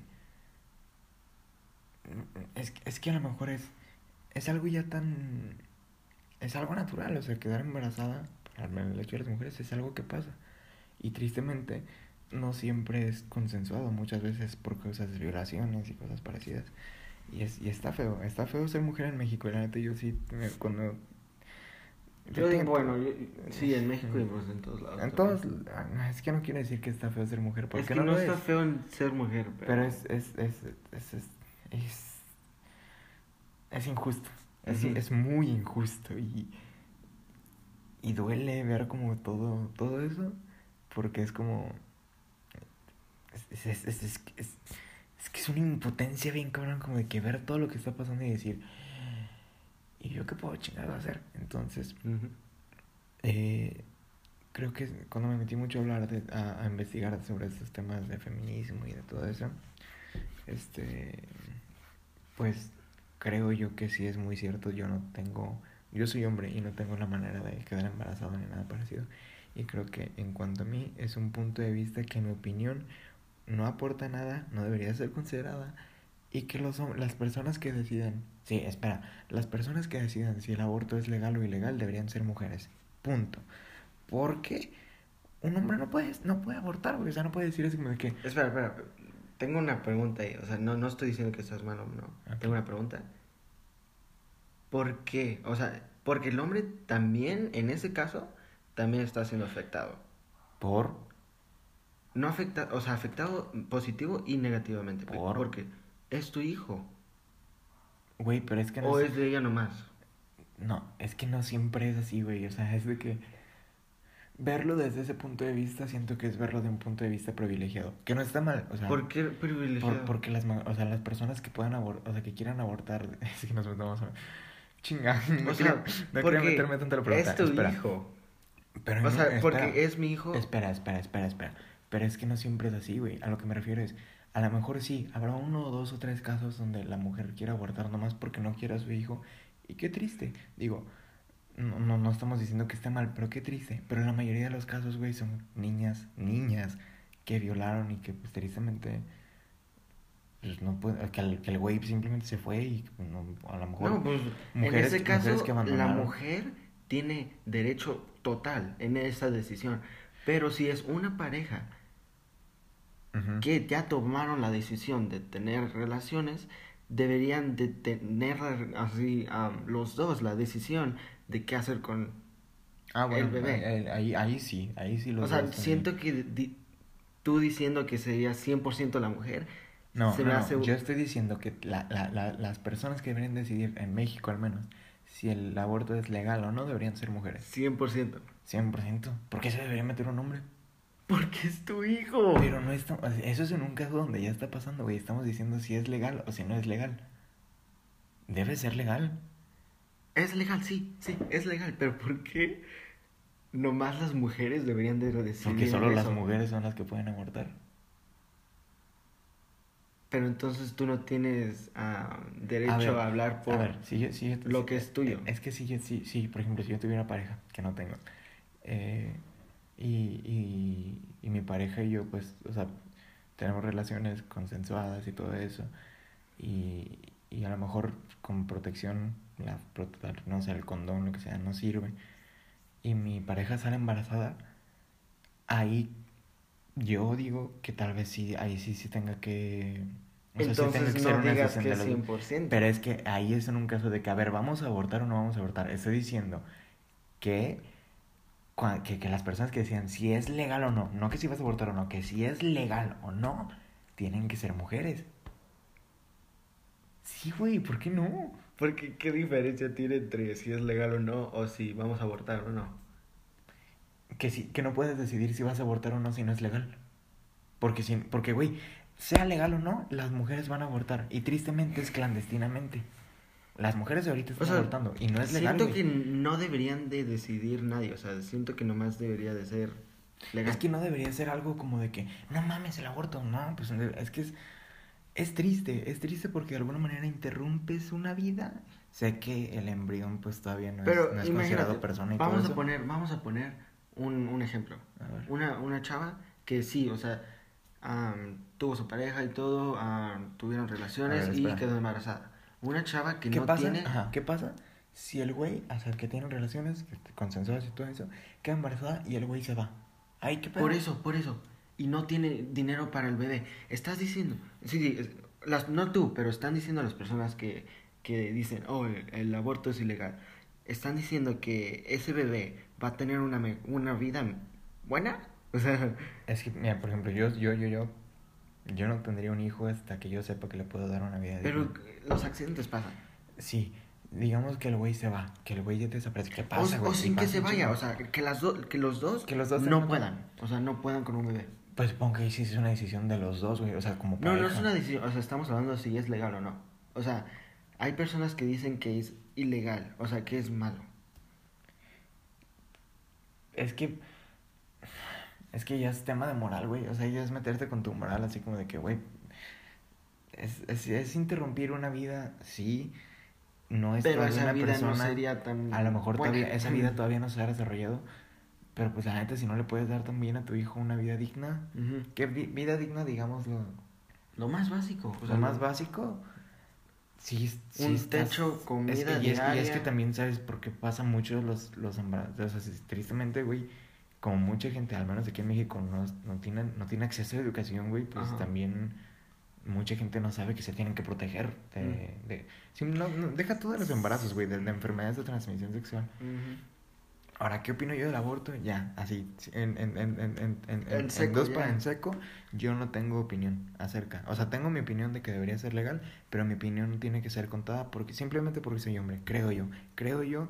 Es, es que a lo mejor es, es algo ya tan... Es algo natural, o sea, quedar embarazada, al menos el hecho de las mujeres, es algo que pasa. Y tristemente, no siempre es consensuado, muchas veces por cosas de violaciones y cosas parecidas. Y, es, y está feo, está feo ser mujer en México. Y la neta, yo sí, me- cuando... Yo digo, tengo- bueno, yo- sí, en México y pues en todos lados. En también. todos... ah, Es que no quiero decir que está feo ser mujer, porque Es que no, no, lo está es. feo en ser mujer, pero... Pero es, es, es, es, es, es, es injusto. Es, Ujú. es muy injusto y, y duele ver como todo, todo eso, porque es como... Es, es, es, es, es, es que es una impotencia bien cabrón, como de que ver todo lo que está pasando y decir, ¿y yo qué puedo chingado hacer? Entonces, Ujú. eh, creo que cuando me metí mucho a hablar, de, a, a investigar sobre estos temas de feminismo y de todo eso, este, pues creo yo que sí es muy cierto. Yo no tengo, yo soy hombre y no tengo la manera de quedar embarazado ni nada parecido. Y creo que en cuanto a mí es un punto de vista que en mi opinión no aporta nada, no debería ser considerada y que los hom- las personas que decidan, sí, espera, las personas que decidan si el aborto es legal o ilegal deberían ser mujeres. Punto. Porque un hombre no puede, no puede abortar, güey. O sea, no puede decir así como de que... Espera, espera. Tengo una pregunta ahí. O sea, no, no estoy diciendo que estás mal o no. Ok. Tengo una pregunta. ¿Por qué? O sea, porque el hombre también, en ese caso, también está siendo afectado. Por... No afecta, o sea, afectado positivo y negativamente. ¿Por? Porque es tu hijo. Güey, pero es que no O es... es de ella nomás. No, es que no siempre es así, güey. O sea, es de que... Verlo desde ese punto de vista, siento que es verlo de un punto de vista privilegiado. Que no está mal, o sea... ¿Por qué privilegiado? por- porque las, ma- o sea, las personas que puedan abortar, o sea, que quieran abortar... Es que nos metamos a... Chinga, no, O quería, sea, no porque quería meterme tanto a la pregunta. es tu Espera. hijo. Pero O no- sea, espera. porque es mi hijo. Espera, espera, espera, espera. Pero es que no siempre es así, güey. A lo que me refiero es, a lo mejor sí, habrá uno, dos o tres casos donde la mujer quiera abortar nomás porque no quiere a su hijo. Y qué triste. Digo, no, no, no estamos diciendo que esté mal, pero qué triste. Pero la mayoría de los casos, güey, son niñas, niñas que violaron y que pues tristemente... Pues no puede, que el, que el güey simplemente se fue y no, a lo mejor... No, pues mujeres- en ese caso mujeres que la abandonaron. mujer tiene derecho total en esa decisión. Pero si es una pareja Ujú. que ya tomaron la decisión de tener relaciones, deberían de tener así am, los dos la decisión de qué hacer con... Ah, bueno, el bebé. Ahí, ahí, ahí sí, ahí sí lo O sea, siento que di- tú diciendo que sería cien por ciento la mujer, No, se no, me no, hace... yo estoy diciendo que la, la, la, las personas que deberían decidir, en México al menos, si el aborto es legal o no, deberían ser mujeres. cien por ciento. cien por ciento. ¿Por qué se debería meter un hombre? Porque es tu hijo. Pero no está, o sea, eso es en un caso donde ya está pasando, güey. Estamos diciendo si es legal o si no es legal. Debe ser legal. Es legal, sí, sí, es legal, pero ¿por qué? nomás las mujeres deberían de decidir. Porque solo eso. las mujeres son las que pueden abortar. Pero entonces tú no tienes ah, A derecho ver, a hablar por a ver, si yo, si yo- lo si- que es tuyo. Es que si yo, si, si, por ejemplo, si yo tuviera pareja, que no tengo, eh, y, y, y mi pareja y yo, pues, o sea, tenemos relaciones consensuadas y todo eso, y, y a lo mejor con protección, la, prote- no sé, el condón, lo que sea, no sirve, y mi pareja sale embarazada, ahí yo digo que tal vez sí, ahí sí, sí tenga que... O sea, sí tenga Entonces que no ser una digas decisión que de es los... cien por ciento. Pero es que ahí es en un caso de que, a ver, ¿vamos a abortar o no vamos a abortar? Estoy diciendo que, cua- que, que las personas que decían si es legal o no, no que si vas a abortar o no, que si es legal o no, tienen que ser mujeres. Sí, güey, ¿por qué no? Porque ¿qué diferencia tiene entre si es legal o no o si vamos a abortar o no? Que, si, que no puedes decidir si vas a abortar o no si no es legal. Porque, si, porque, güey, sea legal o no, las mujeres van a abortar. Y tristemente es clandestinamente. Las mujeres de ahorita O están sea, abortando. Y no es legal, siento güey. que no deberían de decidir nadie. O sea, siento que nomás debería de ser legal. Es que no debería ser algo como de que, no mames, el aborto. No, pues es que es, es triste. Es triste porque de alguna manera interrumpes una vida. Sé que el embrión pues todavía no Pero es, no es imagínate, considerado persona y vamos todo a eso. poner, vamos a poner un, un ejemplo. A ver. Una, una chava que sí, o sea, am, tuvo su pareja y todo, am, tuvieron relaciones A ver, y espera. quedó embarazada. Una chava que ¿Qué no pasa? tiene... Ajá, ¿qué pasa si el güey, o sea, que tiene relaciones que- consensuadas y todo eso, queda embarazada y el güey se va? Ay, qué pedo. Por eso, por eso. Y no tiene dinero para el bebé. Estás diciendo, sí, sí, es- las, no tú, pero están diciendo las personas que, que dicen, oh, el, el aborto es ilegal. Están diciendo que ese bebé va a tener una, me- una vida buena. O sea, Es que, mira, por ejemplo, yo, yo, yo, yo, yo no tendría un hijo hasta que yo sepa que le puedo dar una vida pero digna. los accidentes pasan. Sí, digamos que el güey se va, que el güey ya te desaparece. ¿Qué O, pasa, güey? o Sí sin que pasa se un vaya, chingo. o sea, que, las do- que los dos, Que los dos no tengan- puedan. O sea, no puedan con un bebé. Pues supongo que sí es una decisión de los dos, güey, o sea, como No, pareja. no es una decisión, o sea, estamos hablando de si es legal o no. O sea, hay personas que dicen que es ilegal, o sea, que es malo. Es que... Es que ya es tema de moral, güey. O sea, ya es meterte con tu moral, así como de que, güey... Es, es, es interrumpir una vida, sí. No es Pero todavía esa una vida no persona... sería tan A lo mejor buena. todavía, esa vida todavía no se ha desarrollado. Pero pues la neta, si no le puedes dar también a tu hijo una vida digna... Ujú. ¿Qué vi- vida digna, digamos, lo, Lo más básico. O sea, lo más básico? Sí, sí un estás- techo, comida es que, y, es, y es diaria. que también, ¿sabes? Porque pasa mucho los, los embarazos. O sea, si- tristemente, güey, como mucha gente, al menos aquí en México, no, no, tienen, no tiene acceso a educación, güey, pues Ajá. también mucha gente no sabe que se tienen que proteger de... Mm. de sí, no, no, deja todos los embarazos, güey, de, de enfermedades de transmisión sexual. Ujú. Ahora, ¿qué opino yo del aborto? Ya, así, en, en, en, en, en, en, En en seco, dos ya. para en seco, yo no tengo opinión acerca. O sea, tengo mi opinión de que debería ser legal, pero mi opinión no tiene que ser contada porque simplemente porque soy hombre, creo yo. Creo yo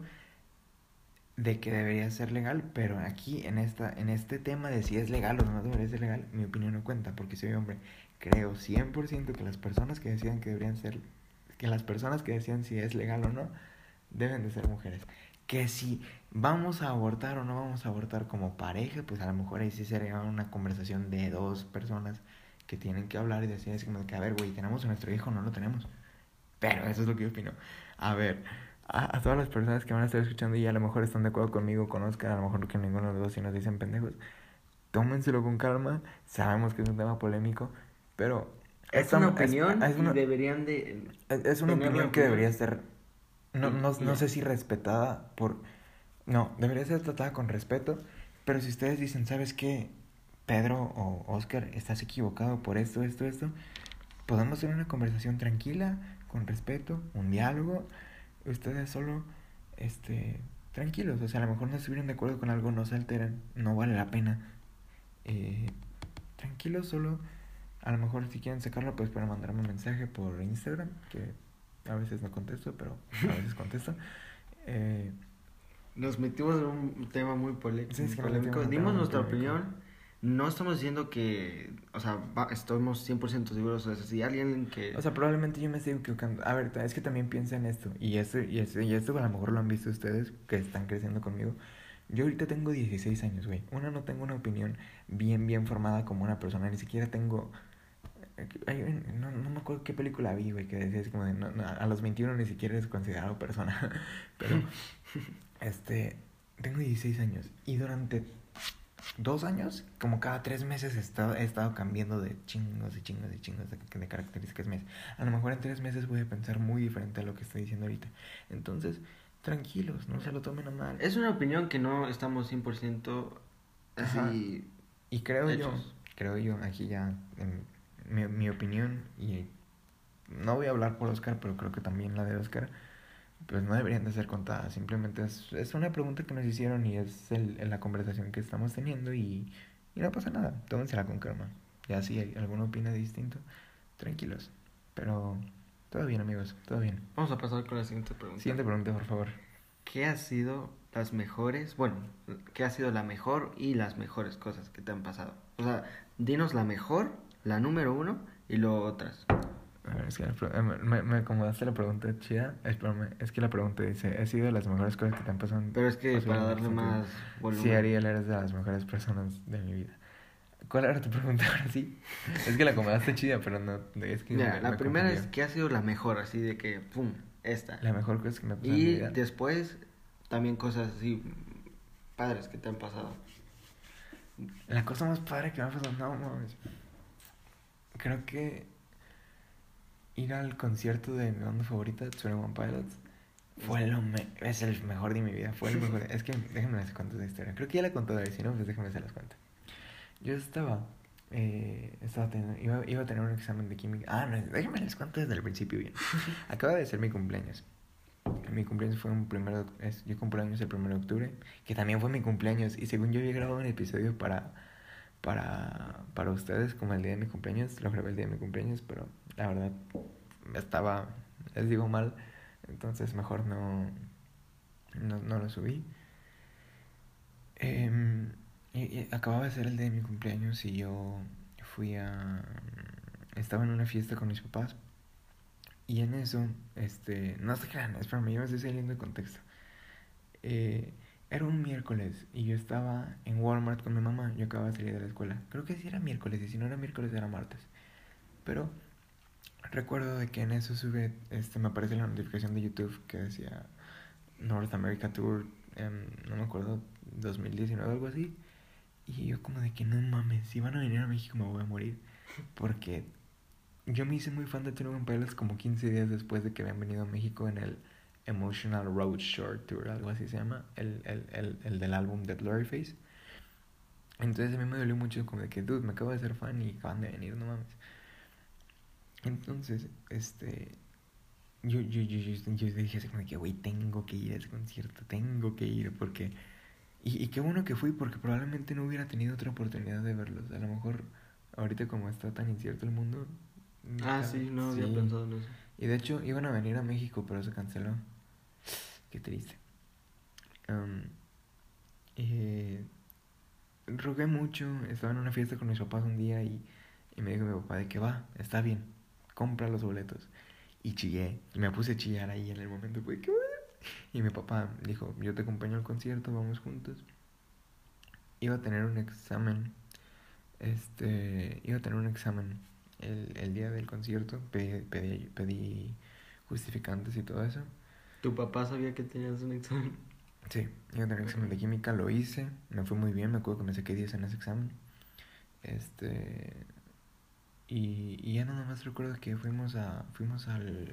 de que debería ser legal, pero aquí en esta en este tema de si es legal o no debería ser legal, mi opinión no cuenta porque soy hombre. Creo cien por ciento que las personas que decían que deberían ser que las personas que decían si es legal o no deben de ser mujeres. Que si vamos a abortar o no vamos a abortar como pareja, pues a lo mejor ahí sí sería una conversación de dos personas que tienen que hablar y decir así como que, a ver, güey, ¿tenemos a nuestro hijo o no lo tenemos? Pero eso es lo que yo opino. A ver, a, a todas las personas que van a estar escuchando y a lo mejor están de acuerdo conmigo, con Oscar, a lo mejor que ninguno de los dos si nos dicen pendejos, tómenselo con calma. Sabemos que es un tema polémico, pero... Es esta- una opinión es, es una, y deberían de... es, es una tenerlo opinión en que opinión. debería ser... No, Y- no, y no ya. sé si respetada por... No, debería ser tratada con respeto, pero si ustedes dicen, ¿sabes qué? Pedro o Oscar, estás equivocado por esto, esto, esto, podemos tener una conversación tranquila, con respeto, un diálogo, ustedes solo, este, tranquilos, o sea, a lo mejor no estuvieron de acuerdo con algo, no se alteren, no vale la pena. Eh, tranquilos, solo, a lo mejor si quieren sacarlo, pues para mandarme un mensaje por Instagram, que a veces no contesto, pero a veces contesto. Eh, Nos metimos en un tema muy pole- Sí, es que nos polémico. metimos en un tema Dimos muy nuestra polémico. opinión. No estamos diciendo que... O sea, va- estamos cien por ciento seguros. O sea, si alguien que... O sea, probablemente yo me estoy equivocando. A ver, es que también piensa en esto. Y esto, y esto, y esto a lo mejor lo han visto ustedes que están creciendo conmigo. Yo ahorita tengo dieciséis años, güey. Una, no tengo una opinión bien, bien formada como una persona. Ni siquiera tengo... Ay, no, no me acuerdo qué película vi, güey, que decía así como de... No, no, a los veintiuno ni siquiera eres considerado persona. Pero, este... Tengo dieciséis años. Y durante dos años, como cada tres meses he estado, he estado cambiando de chingos y chingos y chingos de, de características mías. A lo mejor en tres meses voy a pensar muy diferente a lo que estoy diciendo ahorita. Entonces, tranquilos, no se lo tomen a mal. Es una opinión que no estamos cien por ciento así. Ajá. Y creo hechos. yo, creo yo, aquí ya, en mi, mi opinión, y no voy a hablar por Oscar, pero creo que también la de Oscar, pues no deberían de ser contadas. Simplemente es, es una pregunta que nos hicieron y es el, la conversación que estamos teniendo y, y no pasa nada. Tómensela con calma. Ya si hay alguno opina distinto, tranquilos. Pero todo bien, amigos, todo bien. Vamos a pasar con la siguiente pregunta. Siguiente pregunta, por favor. ¿Qué ha sido las mejores, bueno, qué ha sido la mejor y las mejores cosas que te han pasado? O sea, dinos la mejor, la número uno y luego otras. A ver, es que la, me, me acomodaste la pregunta chida. Espérame, es que la pregunta dice: ¿ha sido de las mejores cosas que te han pasado? Pero es que para darle más volumen. Sí, Ariel, eres de las mejores personas de mi vida. ¿Cuál era tu pregunta ahora sí? Es que la acomodaste chida, pero no. Es que Mira, me, la me primera confundió. es: ¿qué ha sido la mejor? Así de que, pum, esta. La mejor cosa que me ha pasado y en mi vida. después, también cosas así padres que te han pasado. La cosa más padre que me ha pasado, no mames. Creo que ir al concierto de mi banda favorita, veintiuno Pilots, fue lo me es el mejor de mi vida. Fue el mejor. Es que déjenme les cuento esa historia. Creo que ya la contó de si no, pues déjenme se las cuento. Yo estaba, eh, estaba teniendo, iba, iba a tener un examen de química. Ah, no, déjenme les cuento desde el principio bien. Acaba de ser mi cumpleaños. Mi cumpleaños fue un primero, es, yo cumplo años el primero de octubre, que también fue mi cumpleaños. Y según yo había grabado un episodio para, para, para ustedes, como el día de mi cumpleaños. Lo grabé el día de mi cumpleaños, pero la verdad estaba, les digo mal, entonces mejor no, no, no lo subí. Eh, y, y acababa de ser el día de mi cumpleaños y yo fui a... Estaba en una fiesta con mis papás. Y en eso, este... No se crean, espérame, yo me estoy saliendo de contexto. Eh, era un miércoles y yo estaba en Walmart con mi mamá. Yo acababa de salir de la escuela. Creo que sí era miércoles y si no era miércoles era martes. Pero recuerdo de que en eso sube... Este, me aparece la notificación de YouTube que decía North America Tour, eh, no me acuerdo, dos mil diecinueve o algo así. Y yo como de que no mames, si van a venir a México me voy a morir. Porque yo me hice muy fan de veintiuno Pilots como quince días después de que habían venido a México en el Emotional Road Short Tour, algo así se llama, el, el, el, el del álbum de Blurryface. Entonces a mí me dolió mucho como de que, dude, me acabo de ser fan y acaban de venir, no mames. Entonces, este... Yo, yo, yo, yo, yo dije así como de que, güey, tengo que ir a ese concierto, tengo que ir porque... Y, y qué bueno que fui porque probablemente no hubiera tenido otra oportunidad de verlos. A lo mejor ahorita como está tan incierto el mundo... Ah, tal, sí, no sí. había pensado en eso. Y de hecho iban a venir a México, pero se canceló. Qué triste. Um, eh, rogué mucho, estaba en una fiesta con mis papás un día y, y me dijo mi papá de que va, está bien, compra los boletos. Y chillé, y me puse a chillar ahí en el momento, pues, ¿qué? Y mi papá dijo, yo te acompaño al concierto, vamos juntos. Iba a tener un examen, este, iba a tener un examen el, el día del concierto, pedí, pedí, pedí justificantes y todo eso. ¿Tu papá sabía que tenías un examen? Sí, iba a tener un examen de química, lo hice, me fue muy bien, me acuerdo que me saqué diez en ese examen. Este, y, y ya nada más recuerdo que fuimos a, fuimos al...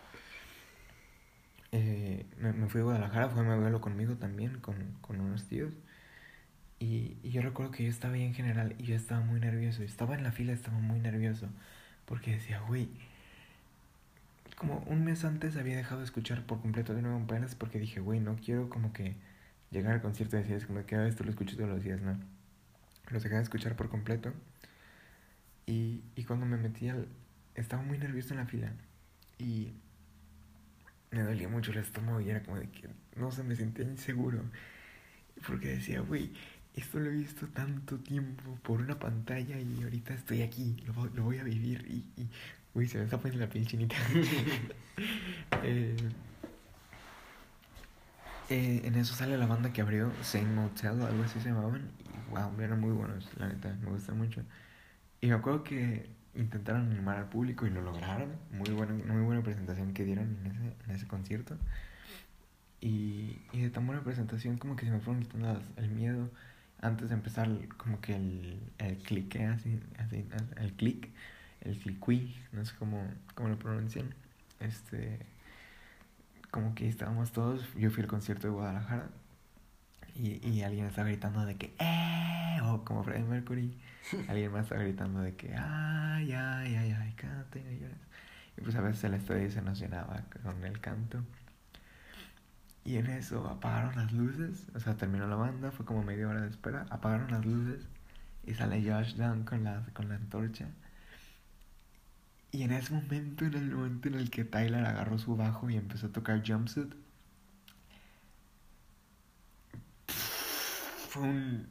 Eh, me, me fui a Guadalajara, fue mi abuelo conmigo también, con, con unos tíos. Y, y yo recuerdo que yo estaba ahí en general y yo estaba muy nervioso. Estaba en la fila, estaba muy nervioso. Porque decía, güey, como un mes antes había dejado de escuchar por completo de nuevo Pilots porque dije, güey, no quiero como que llegar al concierto y decir, es como que esto lo escucho todos los días, ¿no? Los dejé de escuchar por completo. Y, y cuando me metí al... Estaba muy nervioso en la fila. Y me dolía mucho el estómago y era como de que, no sé, me sentía inseguro. Porque decía, güey, esto lo he visto tanto tiempo por una pantalla y ahorita estoy aquí, lo, lo voy a vivir. Y, y, güey, se me está poniendo la piel chinita. eh, Eh, en eso sale la banda que abrió, Saint Motel o algo así se llamaban. Y wow, eran muy buenos, la neta, me gustan mucho. Y me acuerdo que intentaron animar al público y lo lograron. Muy buena, muy buena presentación que dieron en ese, en ese concierto. Y, y de tan buena presentación como que se me fueron quitando las- el miedo. Antes de empezar, como que el, el clique, así, así, el click, el clicui, no sé cómo, cómo lo pronuncian. Este, como que estábamos todos, yo fui al concierto de Guadalajara y, y alguien estaba gritando de que ¡eh! O como Freddie Mercury. Alguien más estaba gritando de que ¡ay, ay, ay, ay, cante, no llores! Y pues a veces el estadio se emocionaba con el canto. Y en eso apagaron las luces, o sea, terminó la banda, fue como media hora de espera, apagaron las luces y sale Josh Down con la, con la antorcha. Y en ese momento, en el momento en el que Tyler agarró su bajo y empezó a tocar Jumpsuit, fue un...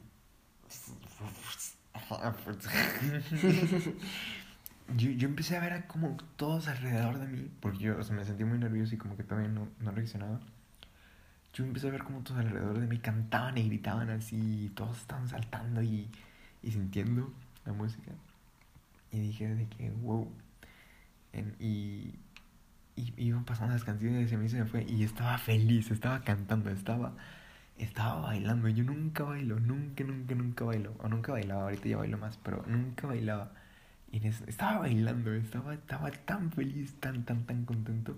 yo, yo empecé a ver a como todos alrededor de mí, porque yo, o sea, me sentí muy nervioso y como que todavía no, no reaccionaba. Yo empecé a ver como todos alrededor de mí cantaban y gritaban así, y todos estaban saltando y, y sintiendo la música. Y dije de que, wow. En, y, y iban pasando las canciones y a mí se me fue. Y estaba feliz, estaba cantando, estaba, estaba bailando. Yo nunca bailo, nunca, nunca, nunca bailo. O nunca bailaba, ahorita ya bailo más, pero nunca bailaba. Y en eso, estaba bailando, estaba, estaba tan feliz, tan, tan, tan contento.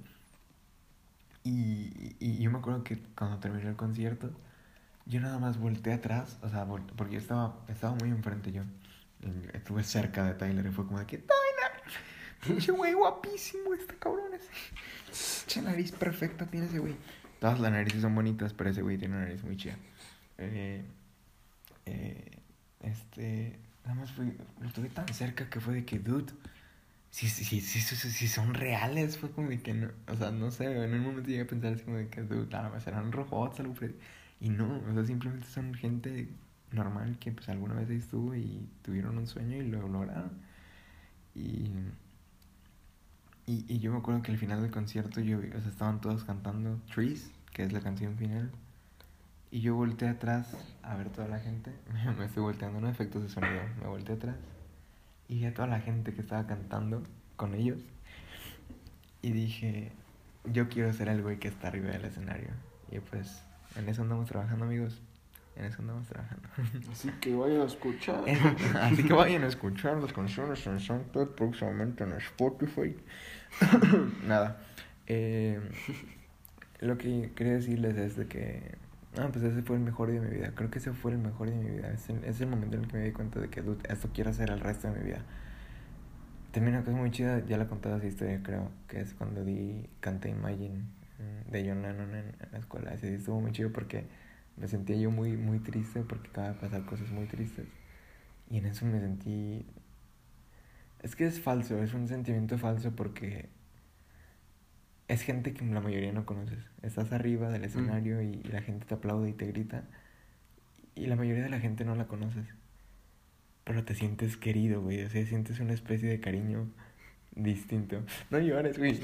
Y, y yo me acuerdo que cuando terminó el concierto, yo nada más volteé atrás, o sea, volte, porque yo estaba, estaba muy enfrente yo. Estuve cerca de Tyler y fue como de que, Tyler, pinche güey guapísimo este cabrón ese. Pinche nariz perfecta tiene ese güey. Todas las narices son bonitas, pero ese güey tiene una nariz muy chida. Eh, eh, este, nada más fui, lo tuve tan cerca que fue de que, dude, si, si, si, si, si, si son reales, fue como de que no, o sea, no sé, en un momento llegué a pensar así como de que, dude, nada más eran robots, algo Freddy. Y no, o sea, simplemente son gente normal que pues alguna vez ahí estuvo y tuvieron un sueño y lo lograron. Y, y, y yo me acuerdo que al final del concierto yo, o sea, estaban todos cantando Trees, que es la canción final. Y yo volteé atrás a ver toda la gente. Me estoy volteando, no efectos de sonido. Me volteé atrás y vi a toda la gente que estaba cantando con ellos. Y dije, yo quiero ser el güey que está arriba del escenario. Y pues, en eso andamos trabajando, amigos. En eso andamos trabajando. Así que vayan a escuchar. Así que vayan a escuchar las canciones en SoundCloud, próximamente en Spotify. Nada. Eh, lo que quería decirles es de que... Ah, pues ese fue el mejor día de mi vida. Creo que ese fue el mejor día de mi vida. Es el, es el momento en el que me di cuenta de que, dude, esto quiero hacer el resto de mi vida. También una cosa muy chida, ya la conté esa historia, creo, que es cuando di, canté Imagine mm, de John Lennon en, en la escuela. Ese día estuvo muy chido porque me sentía yo muy, muy triste porque acaba de pasar cosas muy tristes. Y en eso me sentí... Es que es falso, es un sentimiento falso porque es gente que la mayoría no conoces. Estás arriba del escenario y, y la gente te aplaude y te grita. Y la mayoría de la gente no la conoces. Pero te sientes querido, güey. O sea, sientes una especie de cariño distinto. No llores, güey.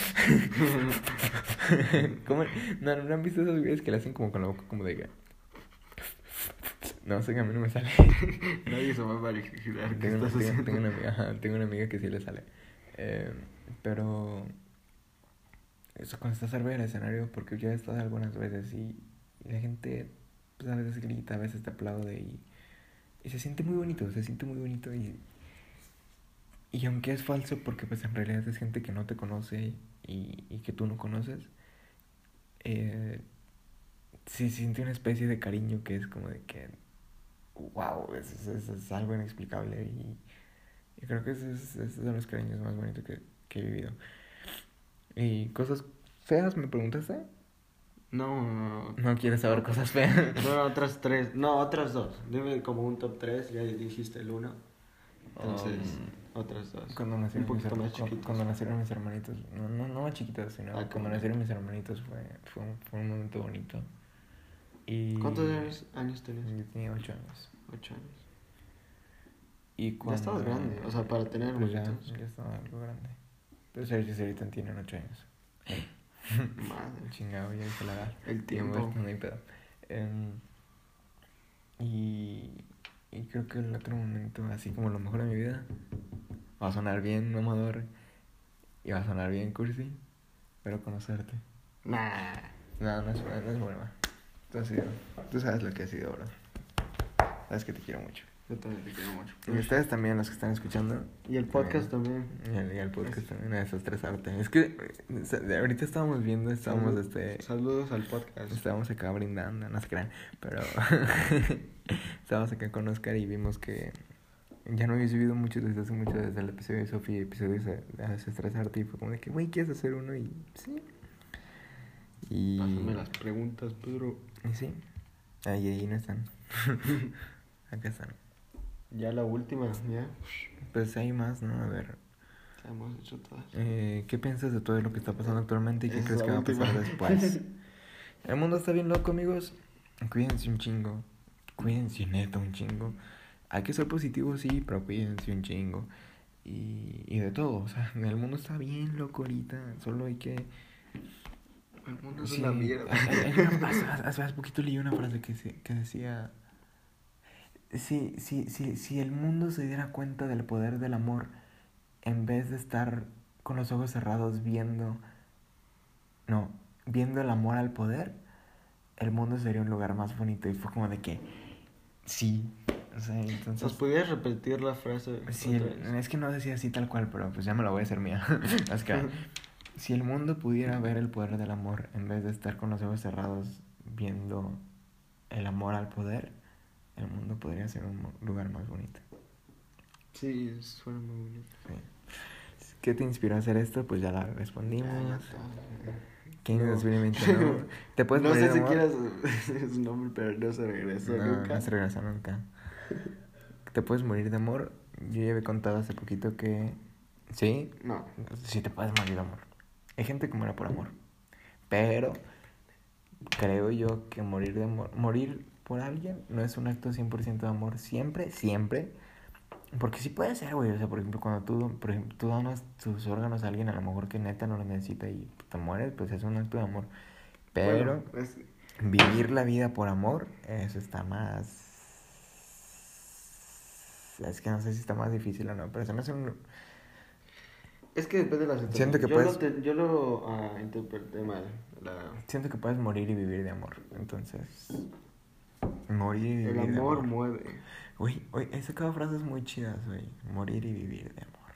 ¿Cómo? No, no han visto esos güeyes que le hacen como con la boca como de... No sé, que a mí no me sale. Nadie se va a imaginar qué Tengo, estás tengo, haciendo. tengo una amiga, ajá, tengo una amiga que sí le sale. Eh, pero eso cuando estás arriba del escenario, porque yo he estado algunas veces y, y la gente pues a veces grita, a veces te aplaude y, y se siente muy bonito, se siente muy bonito y, y aunque es falso porque pues en realidad es gente que no te conoce y, y que tú no conoces, eh, sí siente una especie de cariño que es como de que, wow, es, es, es algo inexplicable y, y creo que ese es, ese es de los cariños más bonitos que, que he vivido. ¿Y cosas feas me preguntaste? No, no, No quieres saber no, cosas feas. no, otras tres, no, otras dos. Dime como un top tres, ya dijiste el uno. Entonces, Um, otras dos. cuando Un nacieron mis, poquito her- más cu- chiquitos. cuando nacieron mis hermanitos, no, no, no más chiquitos, sino Ah, cuando ¿cómo? nacieron mis hermanitos fue, fue, un, fue un momento bonito. Y ¿Cuántos años, años tenías? yo tenía ocho años. Ocho años. Y Ya cuando... estabas grande, o sea, para tener Pues ya, hermanitos. ya estaba algo grande. Pero Sergio y Sarita tienen ocho años. Madre. Chingado, ya se la da. El Tiempo, tiempo. no hay pedo. Em, y, y creo que el otro momento, así como lo mejor de mi vida, va a sonar bien mamador y va a sonar bien cursi, pero conocerte. Nah. No, no es, no es broma. Tú, has sido, tú sabes lo que ha sido, bro. Sabes que te quiero mucho. Yo también te quiero mucho. Y ustedes también, los que están escuchando. Y el podcast también. Y el, y el podcast también, a esos tres artes. Es que eh, ahorita estábamos viendo, estábamos Salud- este... Saludos al podcast. Estábamos acá brindando, no se crean, pero estábamos acá con Oscar y vimos que ya no había subido mucho desde hace mucho, desde el episodio de Sofía y episodios de de Desestresarte, y fue como de que, güey, ¿quieres hacer uno? Y sí. Y, Pásame las preguntas, Pedro. y sí, ahí, ahí no están. Acá están. Ya la última, ya. Pues hay más, ¿no? A ver, Ya hemos hecho todas. eh, ¿qué piensas de todo lo que está pasando actualmente y qué Esa crees es que la va a pasar última. después? El mundo está bien loco, amigos. Cuídense un chingo. Cuídense neta un chingo. Hay que ser positivos, sí, pero cuídense un chingo. Y, y de todo, o sea, el mundo está bien loco ahorita. Solo hay que... El mundo es Sí, una mierda. hay- hay- hay una- hace, hace- hace poquito leí una frase que, se- que decía... Si, si, si, si el mundo se diera cuenta del poder del amor, en vez de estar con los ojos cerrados viendo... No, viendo el amor al poder, el mundo sería un lugar más bonito. Y fue como de que... Sí, o sea, entonces... ¿Nos podías repetir la frase? Sí, otra el- vez? es que no decía así tal cual, pero pues ya me la voy a hacer mía. Es que si el mundo pudiera ver el poder del amor en vez de estar con los ojos cerrados viendo el amor al poder, el mundo podría ser un mo- lugar más bonito. Sí, suena muy bonito. Sí. ¿Qué te inspiró a hacer esto? Pues ya la respondimos. Ya, ya está. ¿Quién No. definitivamente no? ¿Te puedes No morir sé de si amor? quieras su nombre, pero no se regresó No, nunca. no se regresa nunca. ¿Te puedes morir de amor? Yo ya había contado hace poquito que... ¿Sí? No. Sí te puedes morir de amor. Hay gente que muere por amor. Pero creo yo que morir de amor, morir por alguien no es un acto cien por ciento de amor. Siempre, siempre. Porque sí puede ser, güey. O sea, por ejemplo, cuando tú, por ejemplo, tú donas tus órganos a alguien a lo mejor que neta no lo necesita y te mueres, pues es un acto de amor. Pero Bueno, es, vivir la vida por amor, eso está más... Es que no sé si está más difícil o no, pero se me hace un... es que depende de la situación. Siento que yo, puedes- lo te- yo lo ah, interpreté mal. La, Siento que puedes morir y vivir de amor. Entonces, morir y vivir el de amor amor. mueve. Uy, uy, he sacado frases muy chidas, güey. Morir y vivir de amor.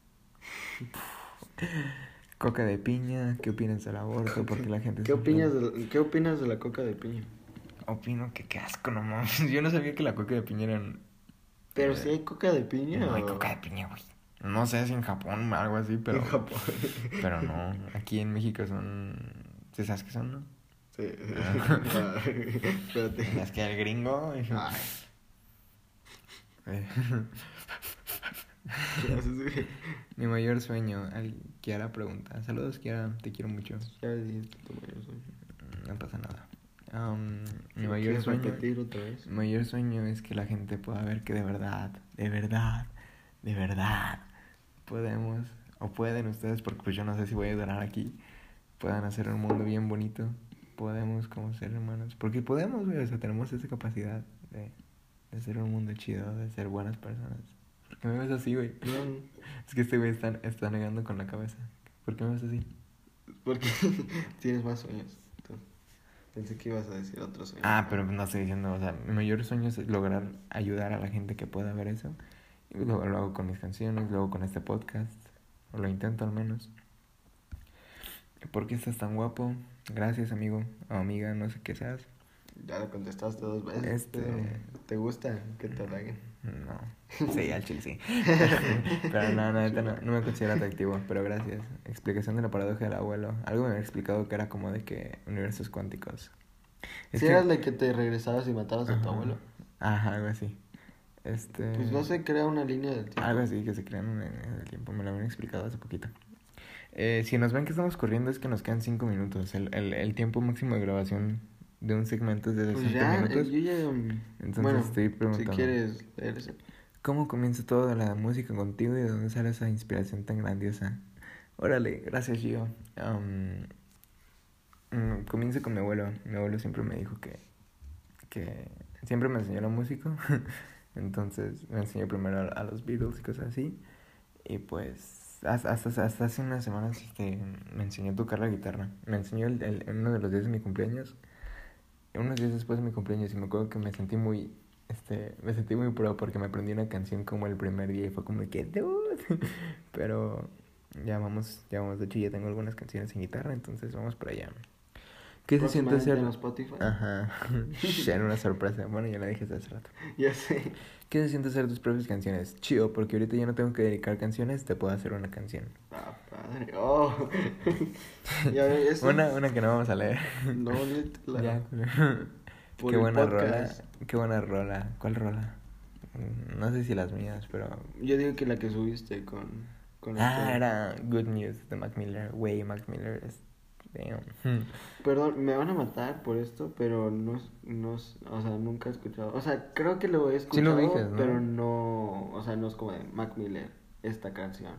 Coca de piña, ¿qué opinas del aborto? Porque la gente... ¿Qué siempre- opinas, de, ¿Qué opinas de la coca de piña? Opino que qué asco, no mames. Yo no sabía que la coca de piña era... Pero eh, si hay coca de piña. No hay o- coca de piña, güey. No sé si en Japón o algo así, pero... En Japón. Pero no, aquí en México son... ¿Sí sabes qué son, no? Sí. Ah. Ah, espérate. Es que el gringo... Ay, Eh, ¿qué haces, güey? Mi mayor sueño, al- Kiara pregunta. Saludos, Kiara, te quiero mucho. Ya dijiste tu mayor sueño. No pasa nada. Um, mi ¿Lo mayor quieres sueño... repetir otra vez? Mi mayor sueño es que la gente pueda ver que de verdad, de verdad, de verdad podemos, o pueden ustedes, porque pues yo no sé si voy a durar aquí, puedan hacer un mundo bien bonito. Podemos como ser hermanos, porque podemos, güey, o sea, tenemos esa capacidad de, de hacer un mundo chido, de ser buenas personas. ¿Por qué me ves así, güey? No, Es que este güey está, está negando con la cabeza. ¿Por qué me ves así? porque tienes más sueños. Tú. Pensé que ibas a decir otro sueño. Ah, pero no estoy diciendo, o sea, mi mayor sueño es lograr ayudar a la gente que pueda ver eso. Y luego lo hago con mis canciones, luego con este podcast, o lo intento al menos. ¿Por qué estás tan guapo? Gracias, amigo o amiga, no sé qué seas. Ya lo contestaste dos veces. Este- pero ¿te gusta que te halaguen? No, sí, al chile sí. Pero no, no, neta, no, no me considero atractivo, pero gracias. Explicación de la paradoja del abuelo. Algo me había explicado que era como de que universos cuánticos. Es Si que- eras la que te regresabas y matabas a tu Ajá. abuelo, Ajá, algo así. Este... pues no se crea una línea del tiempo. Algo así que se crean en en el tiempo, me lo habían explicado hace poquito. Eh, si nos ven que estamos corriendo es que nos quedan cinco minutos. El, el, el tiempo máximo de grabación de un segmento es de Pues cinco ya, minutos. yo ya... Entonces bueno, estoy preguntando. si quieres leer eso. ¿Cómo comienza todo de la música contigo y de dónde sale esa inspiración tan grandiosa? Órale, gracias Gio. Um, mm, comienzo con mi abuelo. Mi abuelo siempre me dijo que, que siempre me enseñó la música. Entonces me enseñó primero a, a los Beatles y cosas así. Y pues hasta, hasta, hasta hace unas semanas este, me enseñó a tocar la guitarra. Me enseñó el, el, en uno de los días de mi cumpleaños. Unos días después de mi cumpleaños y me acuerdo que me sentí muy, este, me sentí muy pro porque me aprendí una canción como el primer día y fue como que, dude. Pero ya vamos, ya vamos, de hecho ya tengo algunas canciones en guitarra, entonces vamos para allá. ¿Qué se siente Próximamente ser? en Spotify. Ajá, era una sorpresa, bueno, ya la dije hace rato. Ya sé. ¿Qué se siente hacer tus propias canciones? Chido, porque ahorita ya no tengo que dedicar canciones, te puedo hacer una canción. Ah, padre. Oh. Ya ves eso. Una, una que no vamos a leer. No, léetela. Ya, Por qué el buena rola, podcast. qué buena rola. ¿Cuál rola? Mm, No sé si las mías, pero... Yo digo que la que subiste con, con el Ah, perro. era Good News de Mac Miller. Güey, Mac Miller es... Damn. Perdón, me van a matar por esto, pero no, no, o sea, nunca he escuchado. O sea, creo que lo he Sí escuchado, lo ubicas, ¿no? pero no, o sea, no es como de Mac Miller, esta canción.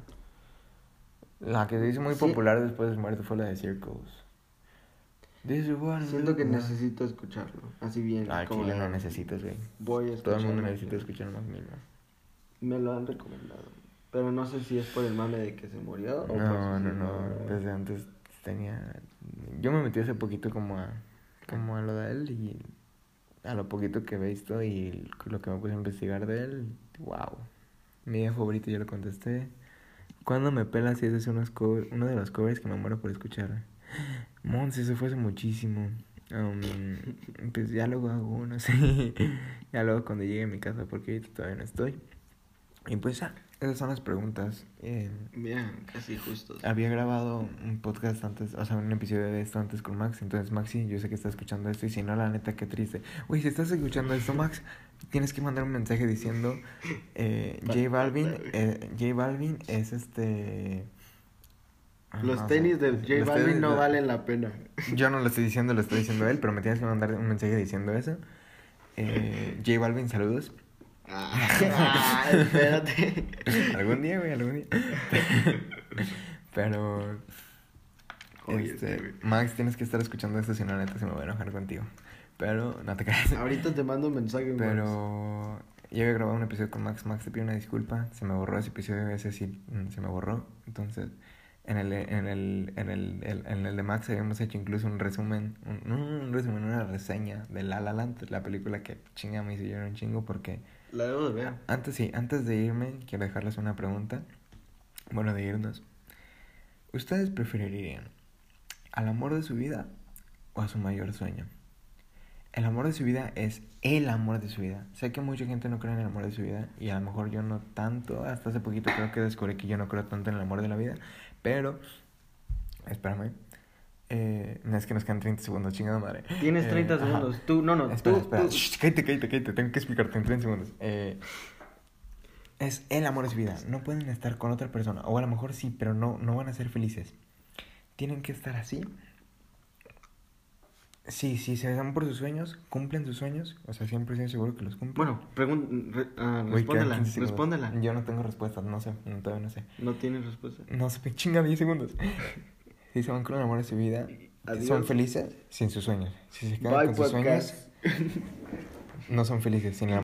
La que se hizo muy Sí. popular después de su muerte fue la de Circles. This is what Siento que I- necesito escucharlo, así bien. Ah, como Chile de, no necesitas, güey. Voy a Todo el escucharlo. mundo necesita escuchar a Mac Miller. Me lo han recomendado, pero no sé si es por el mame de que se murió o por No, si no, sí, no. Desde antes tenía... Yo me metí hace poquito como a... Como a lo de él y... A lo poquito que he visto y lo que me puse a investigar de él... Wow. Mi día favorito, yo le contesté. ¿Cuándo me pelas si ese es unos cover- uno de los covers que me muero por escuchar? Mons, eso fue hace muchísimo. Um, pues ya luego hago uno, sí. Ya luego cuando llegue a mi casa, porque ahorita todavía no estoy. Y pues ya, esas son las preguntas. Eh, Bien, casi justos. había grabado un podcast antes, o sea, un episodio de esto antes con Max. Entonces, Maxi, yo sé que estás escuchando esto. Y si no, la neta, qué triste. Uy, si estás escuchando esto, Max, tienes que mandar un mensaje diciendo: eh, J Balvin, eh, J Balvin es este. ah, Los no, o sea, tenis de J los Balvin tenis no de- valen la pena. Yo no lo estoy diciendo, lo está diciendo él, pero me tienes que mandar un mensaje diciendo eso. Eh, J Balvin, saludos. Ah, espérate. Algún día, güey, algún día. Pero, Oye, este, sí, güey. Max, tienes que estar escuchando esto, si no, neta, se me voy a enojar contigo. Pero, no te creas. Ahorita te mando un mensaje. Max. Pero, yo había grabado un episodio con Max. Max, te pido una disculpa. Se me borró ese episodio, ese sí, mm, se me borró. Entonces, en el, en el, en el, el- en el de Max habíamos hecho incluso un resumen, un, no un resumen, una reseña de La La Land, la película que chinga me hizo llorar un chingo porque... La debo de ver. Antes sí, antes de irme, quiero dejarles una pregunta. Bueno, de irnos. ¿Ustedes preferirían al amor de su vida o a su mayor sueño? El amor de su vida es el amor de su vida. Sé que mucha gente no cree en el amor de su vida y a lo mejor yo no tanto. Hasta hace poquito creo que descubrí que yo no creo tanto en el amor de la vida. Pero, espérame. Eh, no, es que nos quedan treinta segundos, chingada madre. Tienes Eh, treinta ajá. segundos. Tú, no, no, Espera, tú, espera. tú. Shh, cállate, cállate, cállate. Tengo que explicarte en treinta segundos. Eh, es el amor de su vida. No pueden estar con otra persona. O a lo mejor sí, pero no, no van a ser felices. Tienen que estar así. Sí, sí, se dan por sus sueños, cumplen sus sueños. O sea, siempre estoy seguro que los cumplen. Bueno, pregun re- ah, Güey, quedan respóndela, quince segundos. respóndela. Yo no tengo respuesta, no sé, no, todavía no sé. No tienes respuesta. No sé, chinga diez segundos. Si se van con el amor de su vida, Adiós. son felices sin sus sueños. Si se quedan Bye, con sus podcast. sueños, no son felices sin el